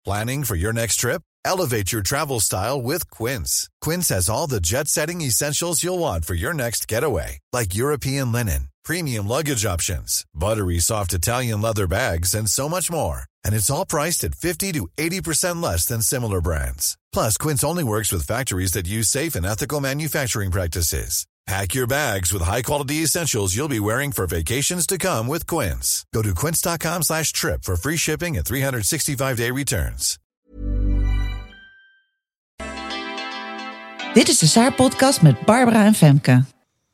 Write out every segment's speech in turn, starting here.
Planning for your next trip? Elevate your travel style with Quince. Quince has all the jet-setting essentials you'll want for your next getaway, like European linen, premium luggage options, buttery soft Italian leather bags, and so much more. And it's all priced at 50 to 80% less than similar brands. Plus, Quince only works with factories that use safe and ethical manufacturing practices. Pack your bags with high-quality essentials you'll be wearing for vacations to come with Quince. Go to quince.com/trip for free shipping and 365-day returns. Dit is de Saar-podcast met Barbara en Femke.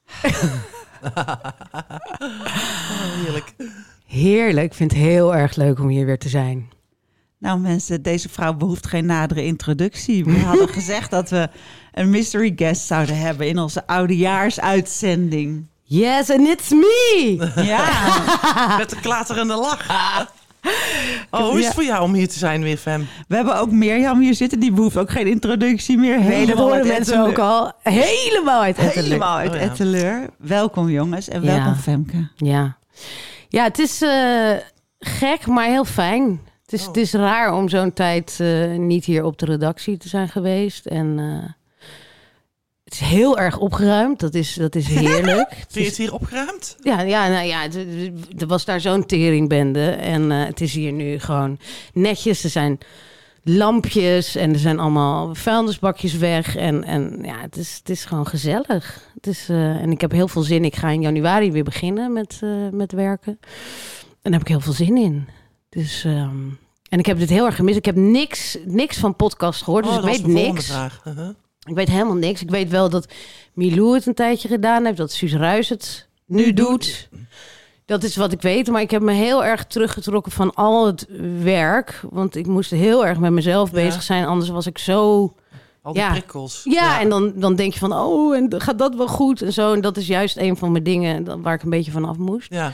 Heerlijk. Heerlijk. Ik vind het heel erg leuk om hier weer te zijn. Nou mensen, deze vrouw behoeft geen nadere introductie. We hadden gezegd dat we een mystery guest zouden hebben in onze oudejaarsuitzending. Yes, and it's me! Ja. Met een klaterende lach. Hoe is het voor jou om hier te zijn weer, Fem? We hebben ook Mirjam hier zitten. Die behoeft ook geen introductie meer. Nee, dat horen mensen ook al. Helemaal uit Etteleur. Helemaal uit Etteleur. Welkom jongens en welkom Femke. Ja, het is gek, maar heel fijn. Het is raar om zo'n tijd niet hier op de redactie te zijn geweest. En het is heel erg opgeruimd. Dat is heerlijk. Vind je het hier opgeruimd? Ja, er was daar zo'n teringbende. En het is hier nu gewoon netjes. Er zijn lampjes en er zijn allemaal vuilnisbakjes weg. En ja, het is gewoon gezellig. En ik heb heel veel zin. Ik ga in januari weer beginnen met werken. En daar heb ik heel veel zin in. Dus, en ik heb dit heel erg gemist. Ik heb niks van podcast gehoord, dus ik weet niks. Ik weet helemaal niks. Ik weet wel dat Milou het een tijdje gedaan heeft, dat Suus Ruijs het nu doet. Dat is wat ik weet, maar ik heb me heel erg teruggetrokken van al het werk. Want ik moest heel erg met mezelf bezig zijn, anders was ik zo... Al die prikkels. Ja, en dan denk je van, en gaat dat wel goed en zo. En dat is juist een van mijn dingen waar ik een beetje van af moest. Ja.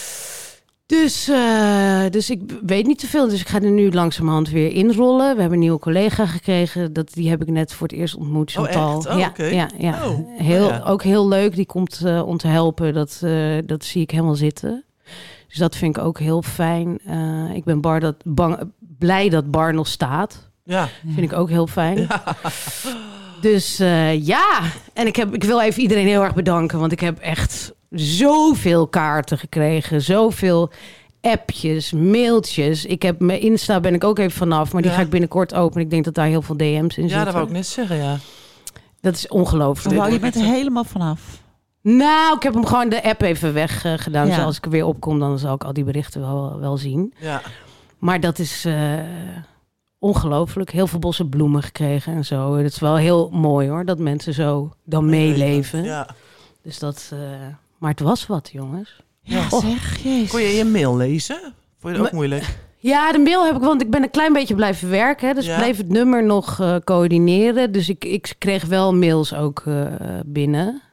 Dus ik weet niet te veel. Dus ik ga er nu langzamerhand weer inrollen. We hebben een nieuwe collega gekregen. Die heb ik net voor het eerst ontmoet. Chantal. Echt? Ja, okay. ja. Ook heel leuk. Die komt om te helpen. Dat zie ik helemaal zitten. Dus dat vind ik ook heel fijn. Ik ben blij dat Bar nog staat. Ja. Vind ik ook heel fijn. Ja. Dus en ik wil even iedereen heel erg bedanken. Want ik heb echt zoveel kaarten gekregen. Zoveel appjes, mailtjes. Ik heb mijn Insta ben ik ook even vanaf. Maar die ga ik binnenkort openen. Ik denk dat daar heel veel DM's in zitten. Ja, dat wou ik net zeggen, ja. Dat is ongelooflijk. Wou je bent er helemaal vanaf? Nou, ik heb hem gewoon de app even weggedaan. Ja. Dus als ik er weer opkom, dan zal ik al die berichten wel zien. Ja. Maar dat is... ongelooflijk. Heel veel bossen bloemen gekregen en zo. Het is wel heel mooi hoor, dat mensen zo dan meeleven. Ja. Dus dat... maar het was wat, jongens. Ja, zeg. Jezus. Kon je je mail lezen? Vond je dat ook moeilijk? Ja, de mail heb ik, want ik ben een klein beetje blijven werken. Hè, dus ik bleef het nummer nog coördineren. Dus ik kreeg wel mails ook binnen.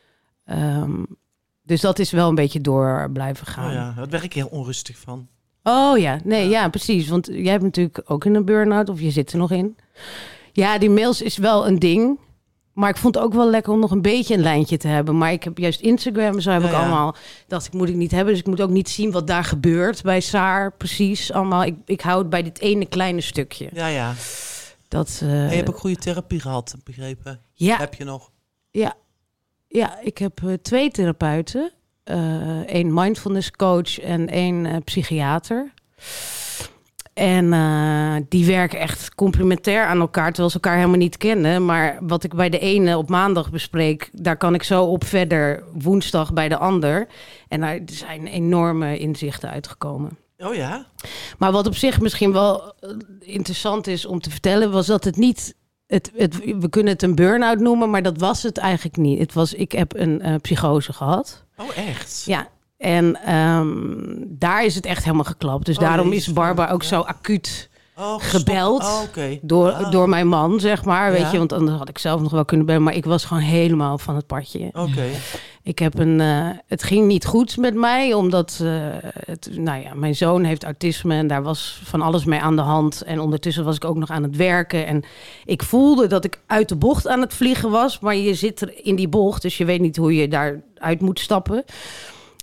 Dus dat is wel een beetje door blijven gaan. Oh ja, daar werd ik heel onrustig van. Oh ja, ja, precies. Want jij hebt natuurlijk ook in een burn-out, of je zit er nog in. Ja, die mails is wel een ding. Maar ik vond het ook wel lekker om nog een beetje een lijntje te hebben. Maar ik heb juist Instagram, zo heb ik allemaal... dacht ik, moet ik niet hebben. Dus ik moet ook niet zien wat daar gebeurt bij Saar. Precies, allemaal. Ik hou het bij dit ene kleine stukje. Ja. Dat, en je hebt ook goede therapie gehad, begrepen? Ja. Heb je nog? Ja, ik heb 2 therapeuten. 1 mindfulness coach en 1 psychiater. En die werken echt complementair aan elkaar, terwijl ze elkaar helemaal niet kennen. Maar wat ik bij de ene op maandag bespreek, daar kan ik zo op verder woensdag bij de ander. En daar zijn enorme inzichten uitgekomen. Oh ja? Maar wat op zich misschien wel interessant is om te vertellen, was dat het niet... we kunnen het een burn-out noemen, maar dat was het eigenlijk niet. Ik heb een psychose gehad. Oh, echt? Ja. En daar is het echt helemaal geklapt. Dus daarom is Barbara ook zo acuut gebeld door mijn man, zeg maar. Weet je, want anders had ik zelf nog wel kunnen bellen. Maar ik was gewoon helemaal van het padje. Oké. Ik heb het ging niet goed met mij, omdat mijn zoon heeft autisme en daar was van alles mee aan de hand. En ondertussen was ik ook nog aan het werken. En ik voelde dat ik uit de bocht aan het vliegen was. Maar je zit er in die bocht, dus je weet niet hoe je daaruit moet stappen.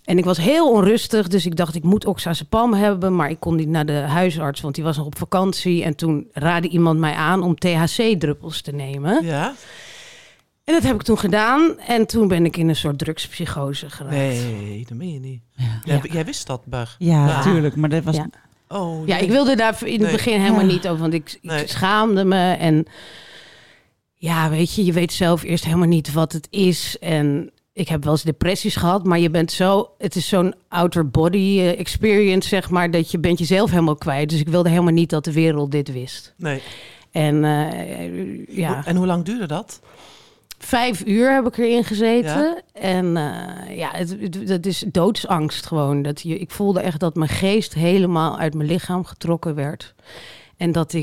En ik was heel onrustig, dus ik dacht ik moet oxazepam hebben. Maar ik kon niet naar de huisarts, want die was nog op vakantie. En toen raadde iemand mij aan om THC-druppels te nemen. Ja? En dat heb ik toen gedaan. En toen ben ik in een soort drugspsychose geraakt. Nee, dat meen je niet. Ja. Jij wist dat, Bug. Ja, natuurlijk. Maar dat was... Ja. Oh, Ja, ik wilde daar in het begin helemaal niet over, want ik schaamde me. En ja, weet je weet zelf eerst helemaal niet wat het is. En ik heb wel eens depressies gehad, maar je bent het is zo'n outer body experience, zeg maar, dat je bent jezelf helemaal kwijt. Dus ik wilde helemaal niet dat de wereld dit wist. Nee. En En hoe lang duurde dat? 5 uur heb ik erin gezeten. Ja. En dat is doodsangst gewoon. Ik voelde echt dat mijn geest helemaal uit mijn lichaam getrokken werd. En dat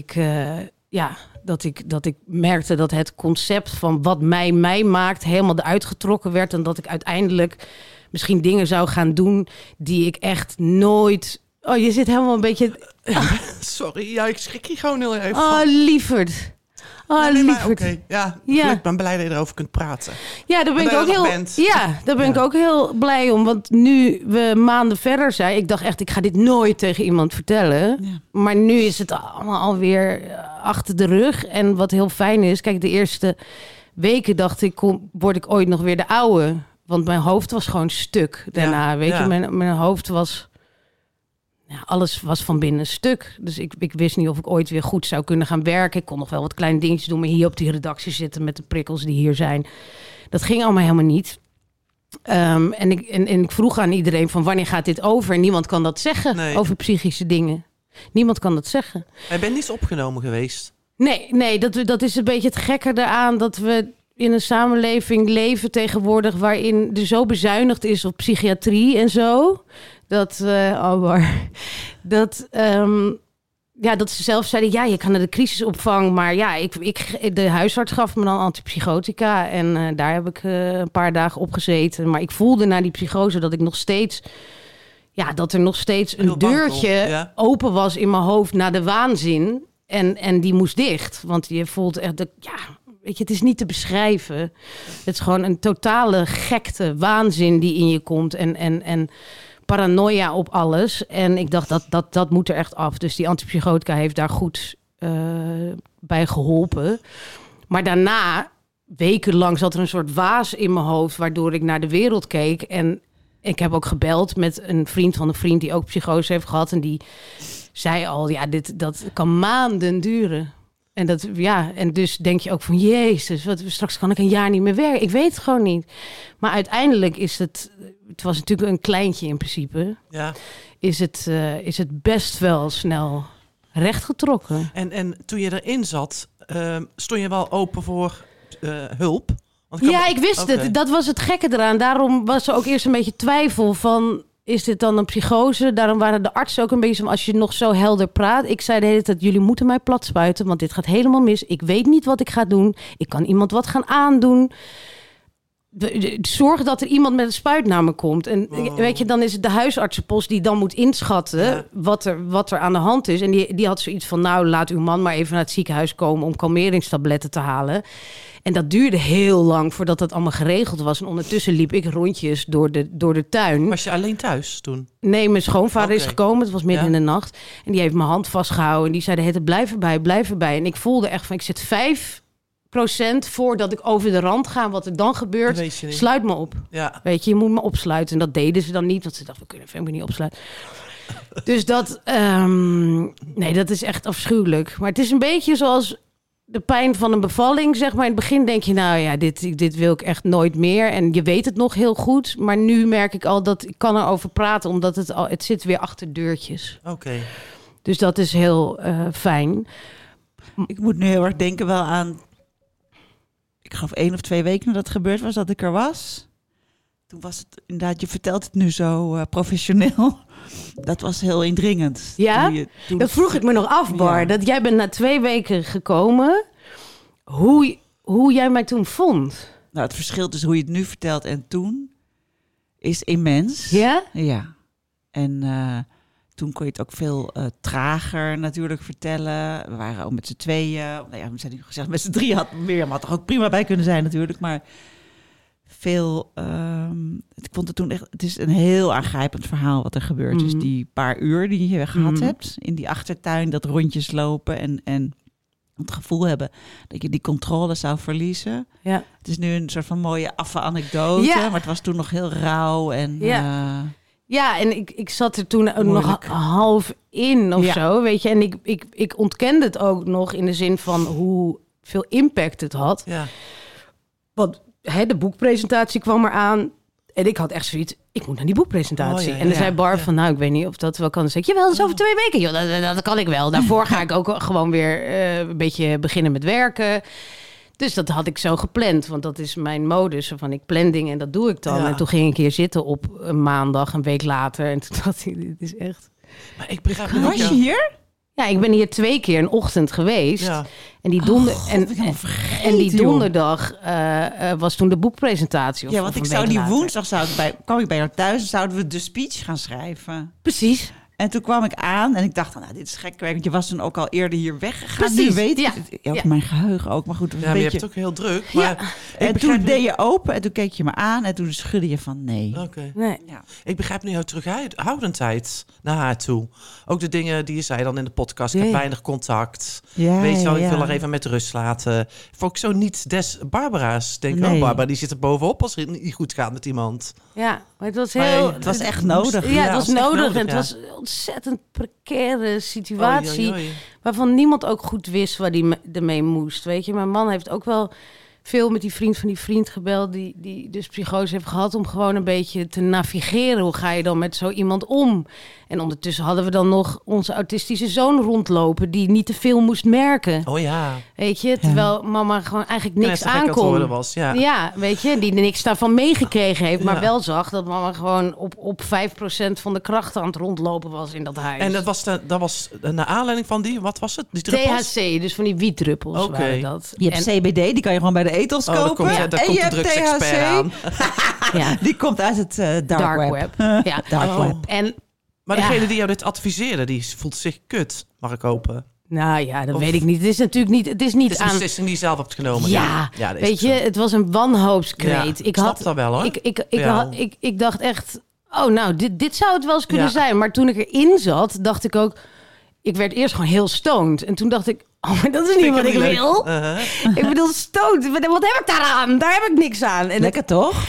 ik merkte dat het concept van wat mij maakt helemaal eruit getrokken werd. En dat ik uiteindelijk misschien dingen zou gaan doen die ik echt nooit... Oh, je zit helemaal een beetje... Sorry, ja, ik schrik hier gewoon heel even Oh, van. lieverd. Oh, Nee, maar lieverd. oké. Ja, Ja. ik ben blij dat je erover kunt praten. Ja, daar ben ik dat ook je er heel. nog bent. Ja, daar ben ik ook heel blij om. Want nu we maanden verder zijn, ik dacht echt, ik ga dit nooit tegen iemand vertellen. Ja. Maar nu is het allemaal alweer achter de rug. En wat heel fijn is, kijk, de eerste weken dacht ik, word ik ooit nog weer de oude? Want mijn hoofd was gewoon stuk daarna. Weet je, mijn hoofd was. Ja, alles was van binnen stuk. Dus ik wist niet of ik ooit weer goed zou kunnen gaan werken. Ik kon nog wel wat kleine dingetjes doen, maar hier op die redactie zitten met de prikkels die hier zijn. Dat ging allemaal helemaal niet. En ik vroeg aan iedereen van wanneer gaat dit over? En niemand kan dat zeggen over psychische dingen. Niemand kan dat zeggen. Hij bent niet opgenomen geweest. Nee, dat is een beetje het gekke eraan dat we in een samenleving leven tegenwoordig waarin er zo bezuinigd is op psychiatrie en zo. Dat ze zelf zeiden, ja, je kan naar de crisisopvang. Maar ja, de huisarts gaf me dan antipsychotica. En daar heb ik een paar dagen op gezeten. Maar ik voelde na die psychose dat ik nog steeds... Ja, dat er nog steeds een deurtje open was in mijn hoofd naar de waanzin. En die moest dicht. Want je voelt echt... Weet je, het is niet te beschrijven. Het is gewoon een totale gekte, waanzin die in je komt. En paranoia op alles. En ik dacht, dat moet er echt af. Dus die antipsychotica heeft daar goed bij geholpen. Maar daarna, wekenlang, zat er een soort waas in mijn hoofd, waardoor ik naar de wereld keek. En ik heb ook gebeld met een vriend van een vriend die ook psychose heeft gehad. En die zei al, dat kan maanden duren. En dus denk je ook van, Jezus, straks kan ik een jaar niet meer werken. Ik weet het gewoon niet. Maar uiteindelijk is het was natuurlijk een kleintje in principe. Ja. Is het best wel snel rechtgetrokken. En toen je erin zat, stond je wel open voor hulp? Want ik wist het. Dat was het gekke eraan. Daarom was er ook eerst een beetje twijfel van... Is dit dan een psychose? Daarom waren de artsen ook een beetje van... als je nog zo helder praat. Ik zei de hele tijd, jullie moeten mij plat spuiten... want dit gaat helemaal mis. Ik weet niet wat ik ga doen. Ik kan iemand wat gaan aandoen. Zorg dat er iemand met een spuit naar me komt. En weet je, dan is het de huisartsenpost die dan moet inschatten... wat er aan de hand is. En die had zoiets van... nou, laat uw man maar even naar het ziekenhuis komen... om kalmeringstabletten te halen... En dat duurde heel lang voordat dat allemaal geregeld was. En ondertussen liep ik rondjes door de tuin. Was je alleen thuis toen? Nee, mijn schoonvader is gekomen. Het was midden in de nacht. En die heeft mijn hand vastgehouden. En die zei de hele tijd, blijf erbij. En ik voelde echt van, ik zit 5% voordat ik over de rand ga. Wat er dan gebeurt, sluit me op. Ja. Weet je moet me opsluiten. En dat deden ze dan niet. Want ze dachten, we kunnen Femke niet opsluiten. Dus dat... dat is echt afschuwelijk. Maar het is een beetje zoals... de pijn van een bevalling, zeg maar. In het begin denk je, nou ja, dit wil ik echt nooit meer. En je weet het nog heel goed. Maar nu merk ik al dat ik kan erover praten... omdat het zit weer achter deurtjes. Oké. Dus dat is heel fijn. Ik moet nu heel erg denken wel aan... ik geloof 1 of 2 weken nadat het gebeurd was, dat ik er was. Toen was het inderdaad, je vertelt het nu zo professioneel... Dat was heel indringend. Ja? Dat vroeg ik me nog af, Bar. Ja. Dat jij bent na 2 weken gekomen. Hoe jij mij toen vond. Nou, het verschil tussen hoe je het nu vertelt en toen... is immens. Ja? Ja. En toen kon je het ook veel trager natuurlijk vertellen. We waren ook met z'n tweeën. Nou ja, we zijn nu gezegd met z'n drieën. Mirjam had er ook prima bij kunnen zijn natuurlijk. Maar veel... ik vond het toen echt... Het is een heel aangrijpend verhaal wat er gebeurt. Dus die paar uur die je gehad hebt in die achtertuin, dat rondjes lopen en het gevoel hebben dat je die controle zou verliezen. Ja. Het is nu een soort van mooie affe-anekdote, maar het was toen nog heel rauw en... Ja, en ik zat er toen ook Moeilijk. nog half in of zo, weet je. En ik ontkende het ook nog in de zin van hoe veel impact het had. Ja. Want de boekpresentatie kwam eraan. En ik had echt zoiets, ik moet naar die boekpresentatie. En dan zei Bar van, nou, ik weet niet of dat wel kan. Dan zei ik, jawel, dat is over 2 weken. Joh, dat kan ik wel. Daarvoor ga ik ook gewoon weer een beetje beginnen met werken. Dus dat had ik zo gepland, want dat is mijn modus. Van ik plan dingen en dat doe ik dan. Ja. En toen ging ik een keer zitten op een maandag, een week later. En toen dacht ik, dit is echt... Maar ik begrijp Was je hier? Ja, ik ben hier 2 keer een ochtend geweest. Ja. En die, donderdag was toen de boekpresentatie. Of, Ja, want of ik een zou week die later. woensdag kwam ik bij jou thuis en zouden we de speech gaan schrijven. Precies. En toen kwam ik aan en ik dacht, nou, dit is gek werk. Want je was toen ook al eerder hier weggegaan. Precies, Nu weet ik ja. het. Ook Ja. mijn geheugen ook. Maar goed, Ja, maar je hebt het ook heel druk. Maar En toen deed je open en toen keek je me aan en toen schudde je van nee. Oké. Nee. Ja. Ik begrijp nu jouw terughoudendheid naar haar toe. Ook de dingen die je zei dan in de podcast. Ik heb Ja. weinig contact. Ja, Weet je wel, ik ja. wil haar even met rust laten. Vond ik zo niet des Barbara's. Denk Nee. Barbara, die zit er bovenop als het niet goed gaat met iemand. Ja, maar het was Maar heel... Het was echt nodig. Ja, het was echt nodig. En het ja. was een ontzettend precaire situatie. Oei, oei, oei. Waarvan niemand ook goed wist waar die ermee moest. Weet je, mijn man heeft ook wel veel met die vriend van die vriend gebeld... die dus psychose heeft gehad... om gewoon een beetje te navigeren. Hoe ga je dan met zo iemand om? En ondertussen hadden we dan nog onze autistische zoon rondlopen... die niet te veel moest merken. Oh ja. Weet je, terwijl mama gewoon eigenlijk niks Knettergek aan het aankon. worden was, ja. Ja, weet je, die niks daarvan meegekregen heeft... maar Ja. wel zag dat mama gewoon op 5% van de krachten aan het rondlopen was in dat huis. En dat was naar aanleiding van die, wat was het? Die druppels? THC, dus van die wietdruppels Oké. waren dat. Je hebt En- CBD, die kan je gewoon bij de etels Oh, daar kopen. komt, daar en komt je de hebt drugsexpert aan. ja, Die komt uit het dark web. Ja. Dark Oh. web. En Maar Ja. degene die jou dit adviseerde, die voelt zich kut, mag ik hopen. nou ja, dat Of- weet ik niet. Het is natuurlijk niet, het is niet Het is een aan... beslissing die je zelf hebt genomen. Ja, dat is weet je, zo. het was een wanhoopskreet. Ja, ik snap dat wel, hoor. Ik dacht echt, oh nou, dit zou het wel eens kunnen Ja. zijn. Maar toen ik erin zat, dacht ik ook... Ik werd eerst gewoon heel stoned. En toen dacht ik, oh, maar dat is niet wat ik leuk. wil. Ik bedoel, stoned, wat heb ik daaraan? Daar heb ik niks aan. En Lekker toch?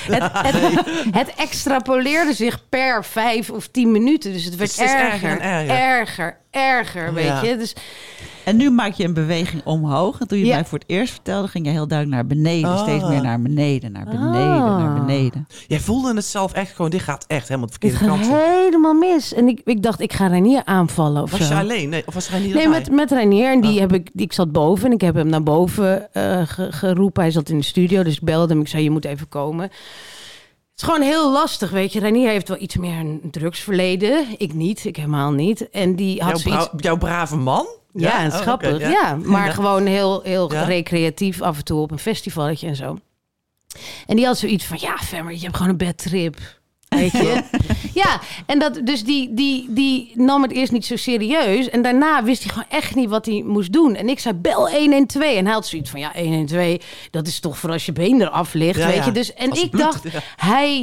het extrapoleerde zich per 5 of 10 minuten. Dus het werd het is erger, erger en erger, weet Ja. je. Dus En nu maak je een beweging omhoog. En toen je Ja. mij voor het eerst vertelde, ging je heel duidelijk naar beneden. Ah. Steeds meer naar beneden, naar beneden, naar beneden. Jij voelde het zelf echt gewoon, dit gaat echt helemaal de het verkeerde gaat kant op. helemaal mis. En ik dacht, ik ga Reinier aanvallen of Was zo. je alleen? Nee, of was er niet Nee, erbij? met Reinier. En ik zat boven en ik heb hem naar boven geroepen. Hij zat in de studio, dus ik belde hem. Ik zei, je moet even komen. Het is gewoon heel lastig, weet je. Reinier heeft wel iets meer een drugsverleden. Ik niet, ik helemaal niet. En die had zoiets... Jouw brave man? Ja, en Oh, grappig. oké, ja. Maar gewoon heel Ja? recreatief af en toe op een festivalletje en zo. En die had zoiets van, ja, Femmer, je hebt gewoon een bad trip. Weet je? Ja, en dus die nam het eerst niet zo serieus. En daarna wist hij gewoon echt niet wat hij moest doen. En ik zei, bel 112. En hij had zoiets van, ja, 112, dat is toch voor als je been eraf ligt, Ja, weet ja. je. Dus, en Als ik het bloed, dacht, ja.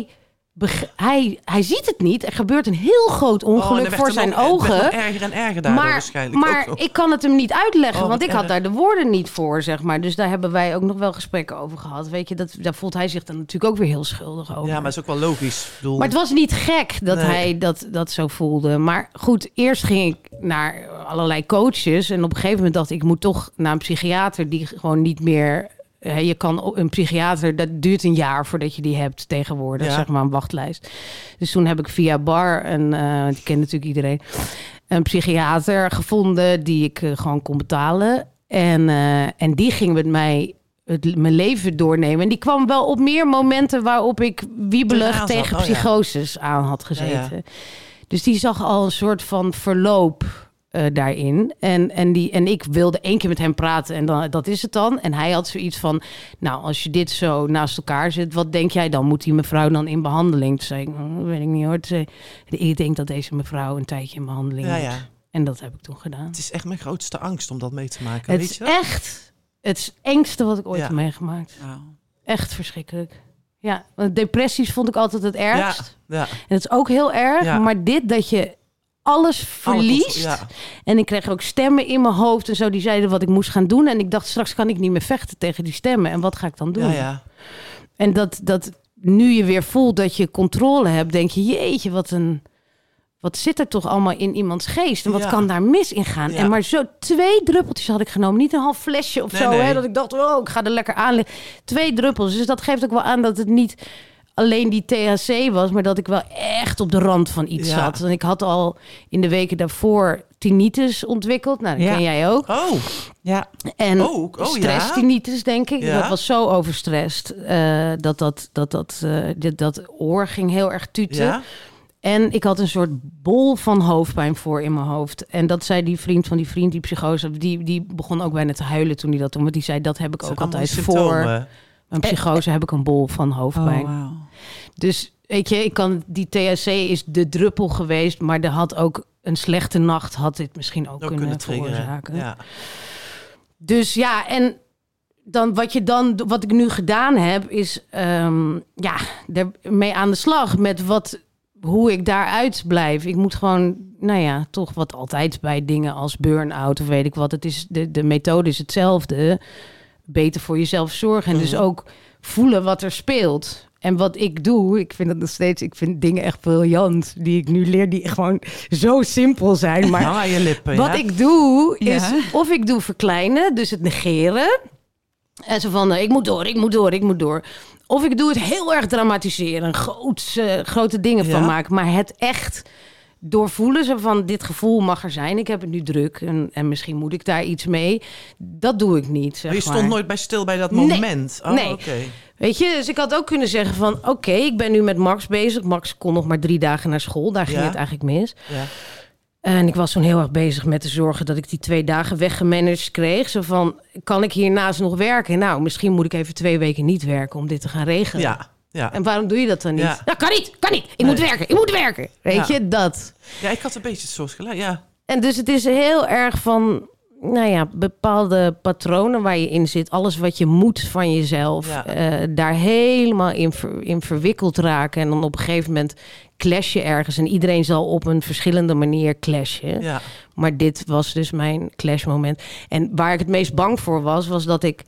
hij ziet het niet. Er gebeurt een heel groot Oh, en ongeluk dan werd voor het zijn nog- het werd ogen. nog erger en erger daardoor waarschijnlijk. Maar ook nog. ik kan het hem niet uitleggen, Oh, want wat ik had erg. daar de woorden niet voor, zeg maar. Dus daar hebben wij ook nog wel gesprekken over gehad. Weet je, daar voelt hij zich dan natuurlijk ook weer heel schuldig over. Ja, maar het is ook wel logisch. Ik bedoel, Maar het was niet gek dat Nee. hij dat zo voelde. Maar goed, eerst ging ik naar allerlei coaches. En op een gegeven moment dacht ik, ik moet toch naar een psychiater die gewoon niet meer... Je kan een psychiater, dat duurt een jaar voordat je die hebt tegenwoordig, Ja. zeg maar een wachtlijst. Dus toen heb ik via Bar, die kent natuurlijk iedereen, een psychiater gevonden die ik gewoon kon betalen. En die ging met mij mijn leven doornemen. En die kwam wel op meer momenten waarop ik wiebelig Tegenaan zat. tegen Oh, ja. psychoses aan had gezeten. Ja, Dus die zag al een soort van verloop daarin. En ik wilde 1 keer met hem praten en dan, dat is het dan. En hij had zoiets van, nou, als je dit zo naast elkaar zit, wat denk jij dan? Moet die mevrouw dan in behandeling? Toen zei ik, dat weet ik niet hoor. Toen zei ik, ik denk dat deze mevrouw een tijdje in behandeling Ja, moet. ja. En dat heb ik toen gedaan. Het is echt mijn grootste angst om dat mee te maken. Het weet is je dat? echt het engste wat ik ooit Ja. heb meegemaakt. Wauw. Echt verschrikkelijk. Ja, want depressies vond ik altijd het ergst. Ja. En het is ook heel erg. Ja. Maar dit, dat je alles verliest. Ja. En ik kreeg ook stemmen in mijn hoofd en zo. Die zeiden wat ik moest gaan doen. En ik dacht, straks kan ik niet meer vechten tegen die stemmen. En wat ga ik dan doen? Ja. En dat nu je weer voelt dat je controle hebt, denk je, jeetje, wat zit er toch allemaal in iemands geest? En wat kan daar mis in gaan? Ja. En maar zo 2 druppeltjes had ik genomen. Niet een half flesje of zo. Nee. Hè, dat ik dacht, oh, ik ga er lekker aan liggen. 2 druppels. Dus dat geeft ook wel aan dat het niet alleen die THC was, maar dat ik wel echt op de rand van iets zat. En ik had al in de weken daarvoor tinnitus ontwikkeld. Nou, dat ken jij ook. Oh. Ja. En stress tinnitus, denk ik. Ja. Dat was zo overstrest dat oor ging heel erg tuten. Ja. En ik had een soort bol van hoofdpijn voor in mijn hoofd. En dat zei die vriend, die psychose, die begon ook bijna te huilen toen hij dat toen. Want die zei, dat heb ik ook altijd voor. Mijn psychose heb ik een bol van hoofdpijn. Oh, wow. Dus weet je, die THC is de druppel geweest, maar er had ook een slechte nacht had dit misschien ook kunnen veroorzaken. Ja. Dus ja, en dan wat ik nu gedaan heb, is ermee aan de slag met hoe ik daaruit blijf. Ik moet gewoon, toch wat altijd bij dingen als burn-out of weet ik wat. Het is de methode is hetzelfde. Beter voor jezelf zorgen en dus ook voelen wat er speelt. En wat ik doe, ik vind het nog steeds, ik vind dingen echt briljant die ik nu leer, die gewoon zo simpel zijn. Maar aan je lippen, wat ik doe, is of ik doe verkleinen, dus het negeren. En zo van, ik moet door. Of ik doe het heel erg dramatiseren, grote dingen van maken. Maar het echt doorvoelen, zo van, dit gevoel mag er zijn. Ik heb het nu druk en misschien moet ik daar iets mee. Dat doe ik niet, zeg je stond nooit bij stil bij dat moment? Nee. Oh, okay. Weet je, dus ik had ook kunnen zeggen van, oké, ik ben nu met Max bezig. Max kon nog maar 3 dagen naar school. Daar ging het eigenlijk mis. Ja. En ik was toen heel erg bezig met te zorgen dat ik die 2 dagen weggemanaged kreeg. Zo van, kan ik hiernaast nog werken? Nou, misschien moet ik even 2 weken niet werken om dit te gaan regelen. Ja. En waarom doe je dat dan niet? Ja. Nou, kan niet. Ik moet werken. Weet je, dat. Ja, ik had een beetje het soort gelijk, ja. En dus het is heel erg van, bepaalde patronen waar je in zit. Alles wat je moet van jezelf. Daar helemaal in verwikkeld raken. En dan op een gegeven moment clash je ergens. En iedereen zal op een verschillende manier clashen. Ja. Maar dit was dus mijn clashmoment. En waar ik het meest bang voor was dat ik...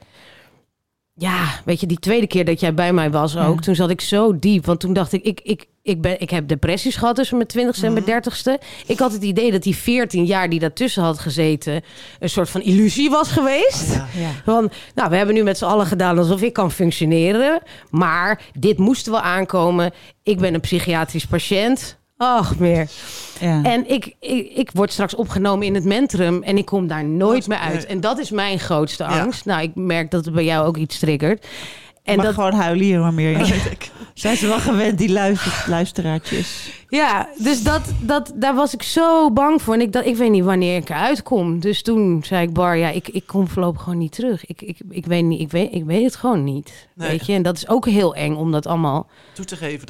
Ja, weet je, die tweede keer dat jij bij mij was ook, toen zat ik zo diep. Want toen dacht ik heb depressies gehad tussen mijn 20ste en mijn 30ste. Ik had het idee dat die 14 jaar die daartussen had gezeten een soort van illusie was geweest. Ja. Van, we hebben nu met z'n allen gedaan alsof ik kan functioneren. Maar dit moest wel aankomen. Ik ben een psychiatrisch patiënt. Ach, meer. Ja. En ik word straks opgenomen in het Mentrum en ik kom daar nooit meer uit. En dat is mijn grootste angst. Nou, ik merk dat het bij jou ook iets triggert. En mag dat gewoon huilen hier, maar meer. Zijn ze wel gewend, die luisteraartjes? Ja, dus daar was ik zo bang voor. En ik weet niet wanneer ik eruit kom. Dus toen zei ik, Bar, ik kom voorlopig gewoon niet terug. Ik weet niet, ik weet het gewoon niet. Nee. Weet je, en dat is ook heel eng om dat allemaal toe te geven.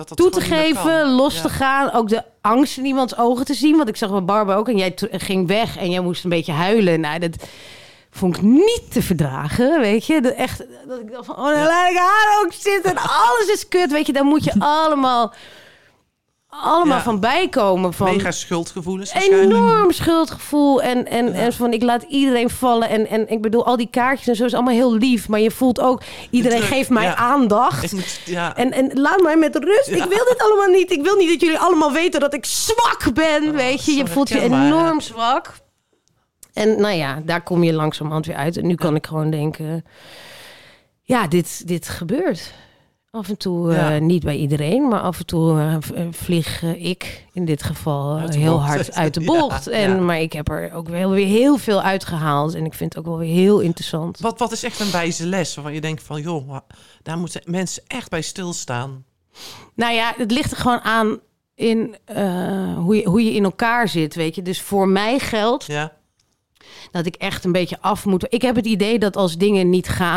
Los te gaan. Ook de angst in iemands ogen te zien. Want ik zag bij Barbara ook en jij ging weg en jij moest een beetje huilen. Nou, dat vond ik niet te verdragen, weet je. Dat ik dacht van, dan laat ik haar ook zitten. En alles is kut, weet je. Daar moet je allemaal van bijkomen. Van mega schuldgevoelens waarschijnlijk. Enorm schuldgevoel. En van, ik laat iedereen vallen. En ik bedoel, al die kaartjes en zo is allemaal heel lief. Maar je voelt ook, iedereen geeft mij aandacht. En laat mij met rust. Ik wil dit allemaal niet. Ik wil niet dat jullie allemaal weten dat ik zwak ben, weet je. Je voelt je enorm zwak. En daar kom je langzamerhand weer uit. En nu kan ik gewoon denken, dit gebeurt. Af en toe niet bij iedereen, maar af en toe vlieg ik in dit geval heel hard uit de bocht. Maar ik heb er ook wel weer heel veel uitgehaald. En ik vind het ook wel weer heel interessant. Wat is echt een wijze les waarvan je denkt van, joh, daar moeten mensen echt bij stilstaan? Nou ja, het ligt er gewoon aan in hoe je in elkaar zit, weet je. Dus voor mij geldt dat ik echt een beetje af moet. Ik heb het idee dat als dingen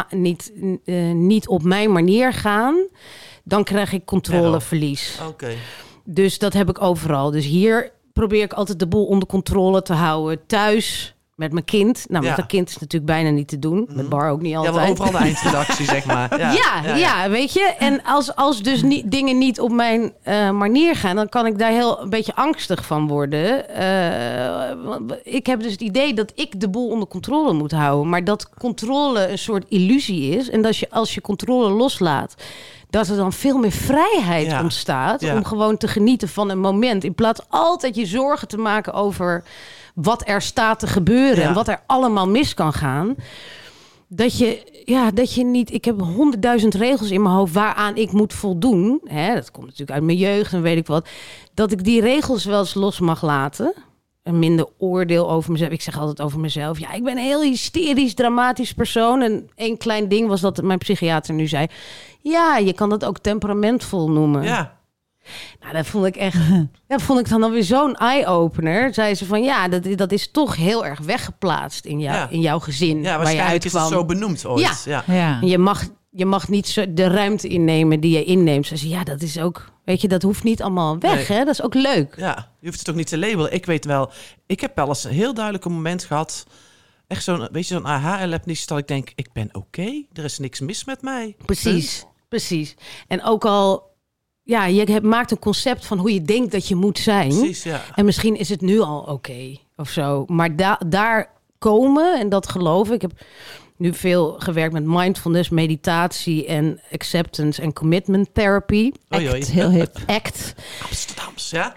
niet op mijn manier gaan, dan krijg ik controleverlies. Okay. Dus dat heb ik overal. Dus hier probeer ik altijd de boel onder controle te houden. Thuis met mijn kind. Nou, met Ja. een kind is natuurlijk bijna niet te doen. Met Bar ook niet Ja, altijd. wel overal de eindredactie, zeg maar. Ja, weet je. En als dus dingen niet op mijn manier gaan... dan kan ik daar een beetje angstig van worden. Want ik heb dus het idee dat ik de boel onder controle moet houden. Maar dat controle een soort illusie is. En dat als je controle loslaat... dat er dan veel meer vrijheid ontstaat... Ja. om gewoon te genieten van een moment. In plaats altijd je zorgen te maken over... wat er staat te gebeuren en wat er allemaal mis kan gaan. Dat je niet... Ik heb 100.000 regels in mijn hoofd waaraan ik moet voldoen. Hè, dat komt natuurlijk uit mijn jeugd en weet ik wat. Dat ik die regels wel eens los mag laten. En minder oordeel over mezelf. Ik zeg altijd over mezelf. Ja, ik ben een heel hysterisch, dramatisch persoon. En één klein ding was dat mijn psychiater nu zei... Ja, je kan dat ook temperamentvol noemen. Ja. Nou, dat vond ik echt... Dat vond ik dan alweer zo'n eye-opener. Zei ze van, ja, dat is toch heel erg weggeplaatst in jouw gezin. Ja, waar je waarschijnlijk is het uitkwam. zo benoemd ooit. Ja. Ja. En je mag niet de ruimte innemen die je inneemt. Ze zei, ja, dat is ook... Weet je, dat hoeft niet allemaal weg, Nee. hè? Dat is ook leuk. Ja, je hoeft het ook niet te labelen. Ik weet wel, ik heb wel eens een heel duidelijk moment gehad. Echt zo'n aha-erlevenis dat ik denk, ik ben oké. Er is niks mis met mij. Precies. En ook al... Ja, je maakt een concept van hoe je denkt dat je moet zijn. Precies, ja. En misschien is het nu al oké of zo. Maar daar komen en dat geloven. Ik heb nu veel gewerkt met mindfulness, meditatie en acceptance en commitment therapy. Oei, oei. Echt heel hip. ACT. Amsterdams, ja?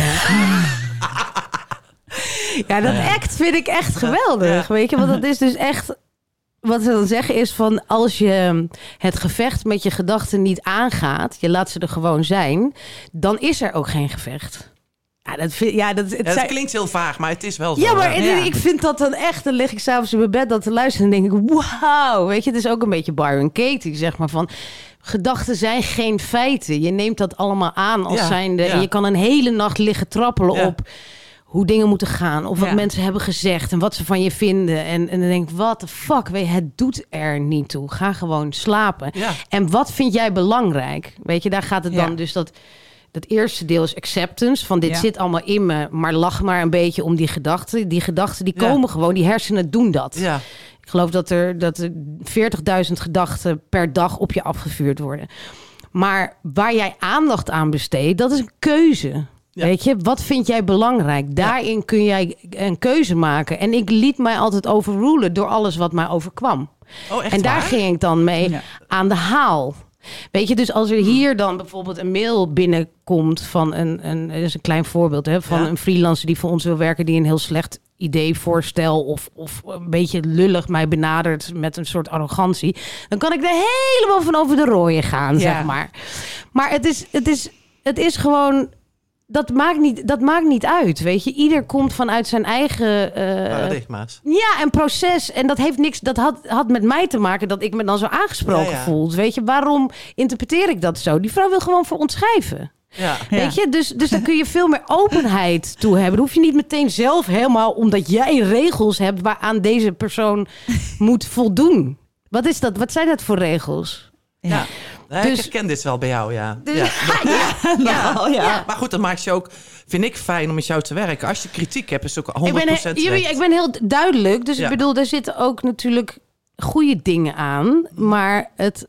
Ja, dat ACT vind ik echt geweldig. Ja. Weet je, want dat is dus echt... Wat ze dan zeggen is van als je het gevecht met je gedachten niet aangaat, je laat ze er gewoon zijn, dan is er ook geen gevecht. Ja, Dat klinkt heel vaag, maar het is wel zo. Ja, maar Ja. ik vind dat dan echt... Dan lig ik s'avonds in mijn bed dat te luisteren en denk ik... Wauw, weet je, het is ook een beetje Byron Katie, zeg maar, van... Gedachten zijn geen feiten. Je neemt dat allemaal aan als zijnde. Ja. En je kan een hele nacht liggen trappelen Ja. op hoe dingen moeten gaan. Of wat Ja. mensen hebben gezegd en wat ze van je vinden. En dan denk ik, what the fuck, weet je, het doet er niet toe. Ga gewoon slapen. Ja. En wat vind jij belangrijk? Weet je, daar gaat het dan Ja. dus dat eerste deel is acceptance. Van dit zit allemaal in me, maar lach maar een beetje om die gedachten. Die gedachten die komen gewoon, die hersenen doen dat. Ja. Ik geloof dat er 40.000 gedachten per dag op je afgevuurd worden. Maar waar jij aandacht aan besteedt, dat is een keuze. Ja. Weet je, wat vind jij belangrijk? Daarin kun jij een keuze maken. En ik liet mij altijd overrulen door alles wat mij overkwam. Oh, echt En daar waar? ging ik dan mee aan de haal. Weet je, dus als er hier dan bijvoorbeeld een mail binnenkomt van dat is een klein voorbeeld, hè, van een freelancer die voor ons wil werken, die een heel slecht idee, voorstel of een beetje lullig mij benadert met een soort arrogantie, dan kan ik er helemaal van over de rooien gaan, zeg maar. Maar het is gewoon... Dat maakt niet uit, weet je. Ieder komt vanuit zijn eigen... Paradigma's. Ja, een proces. En dat heeft niks... Dat had met mij te maken dat ik me dan zo aangesproken voelde. Weet je, waarom interpreteer ik dat zo? Die vrouw wil gewoon voor ons schrijven. Ja. Weet je, dus daar kun je veel meer openheid toe hebben. Dan hoef je niet meteen zelf helemaal... omdat jij regels hebt waaraan deze persoon moet voldoen. Wat is dat? Wat zijn dat voor regels? Ja. Nee, Dus- ik herken dit wel bij jou, ja. Dus, ja. Ja. Maar goed, dat maakt je ook, vind ik, fijn om met jou te werken. Als je kritiek hebt, is het ook 100% ik ben heel duidelijk. Dus ik bedoel, er zitten ook natuurlijk goede dingen aan. Maar het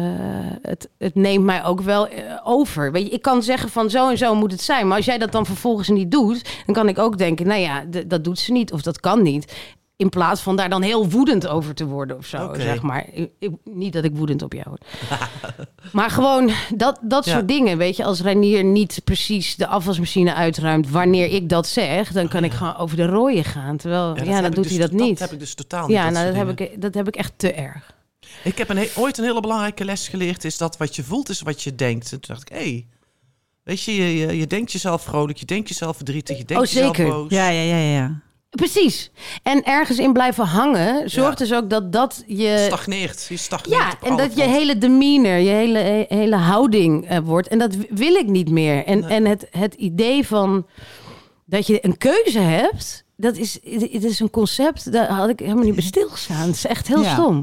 neemt mij ook wel over. Weet je, ik kan zeggen van zo en zo moet het zijn. Maar als jij dat dan vervolgens niet doet, dan kan ik ook denken, nou ja, dat doet ze niet of dat kan niet. In plaats van daar dan heel woedend over te worden of zo, zeg maar. Niet dat ik woedend op jou word. Maar gewoon dat soort dingen, weet je. Als Reinier niet precies de afwasmachine uitruimt wanneer ik dat zeg, dan kan ik gewoon over de rooien gaan. Terwijl, dan doet hij dat niet. Dat heb ik dus totaal niet. Ja, nou, dat heb ik echt te erg. Ik heb ooit een hele belangrijke les geleerd, is dat wat je voelt is wat je denkt. En toen dacht ik, weet je, je denkt jezelf vrolijk, je denkt jezelf verdrietig, je denkt jezelf boos. Ja. Precies. En ergens in blijven hangen zorgt dus ook dat je... Stagneert. Je stagneert. Ja, en dat je hele demeanor, je hele houding wordt. En dat wil ik niet meer. En het idee van dat je een keuze hebt, het is een concept, daar had ik helemaal niet bij stilgestaan. Het is echt heel stom.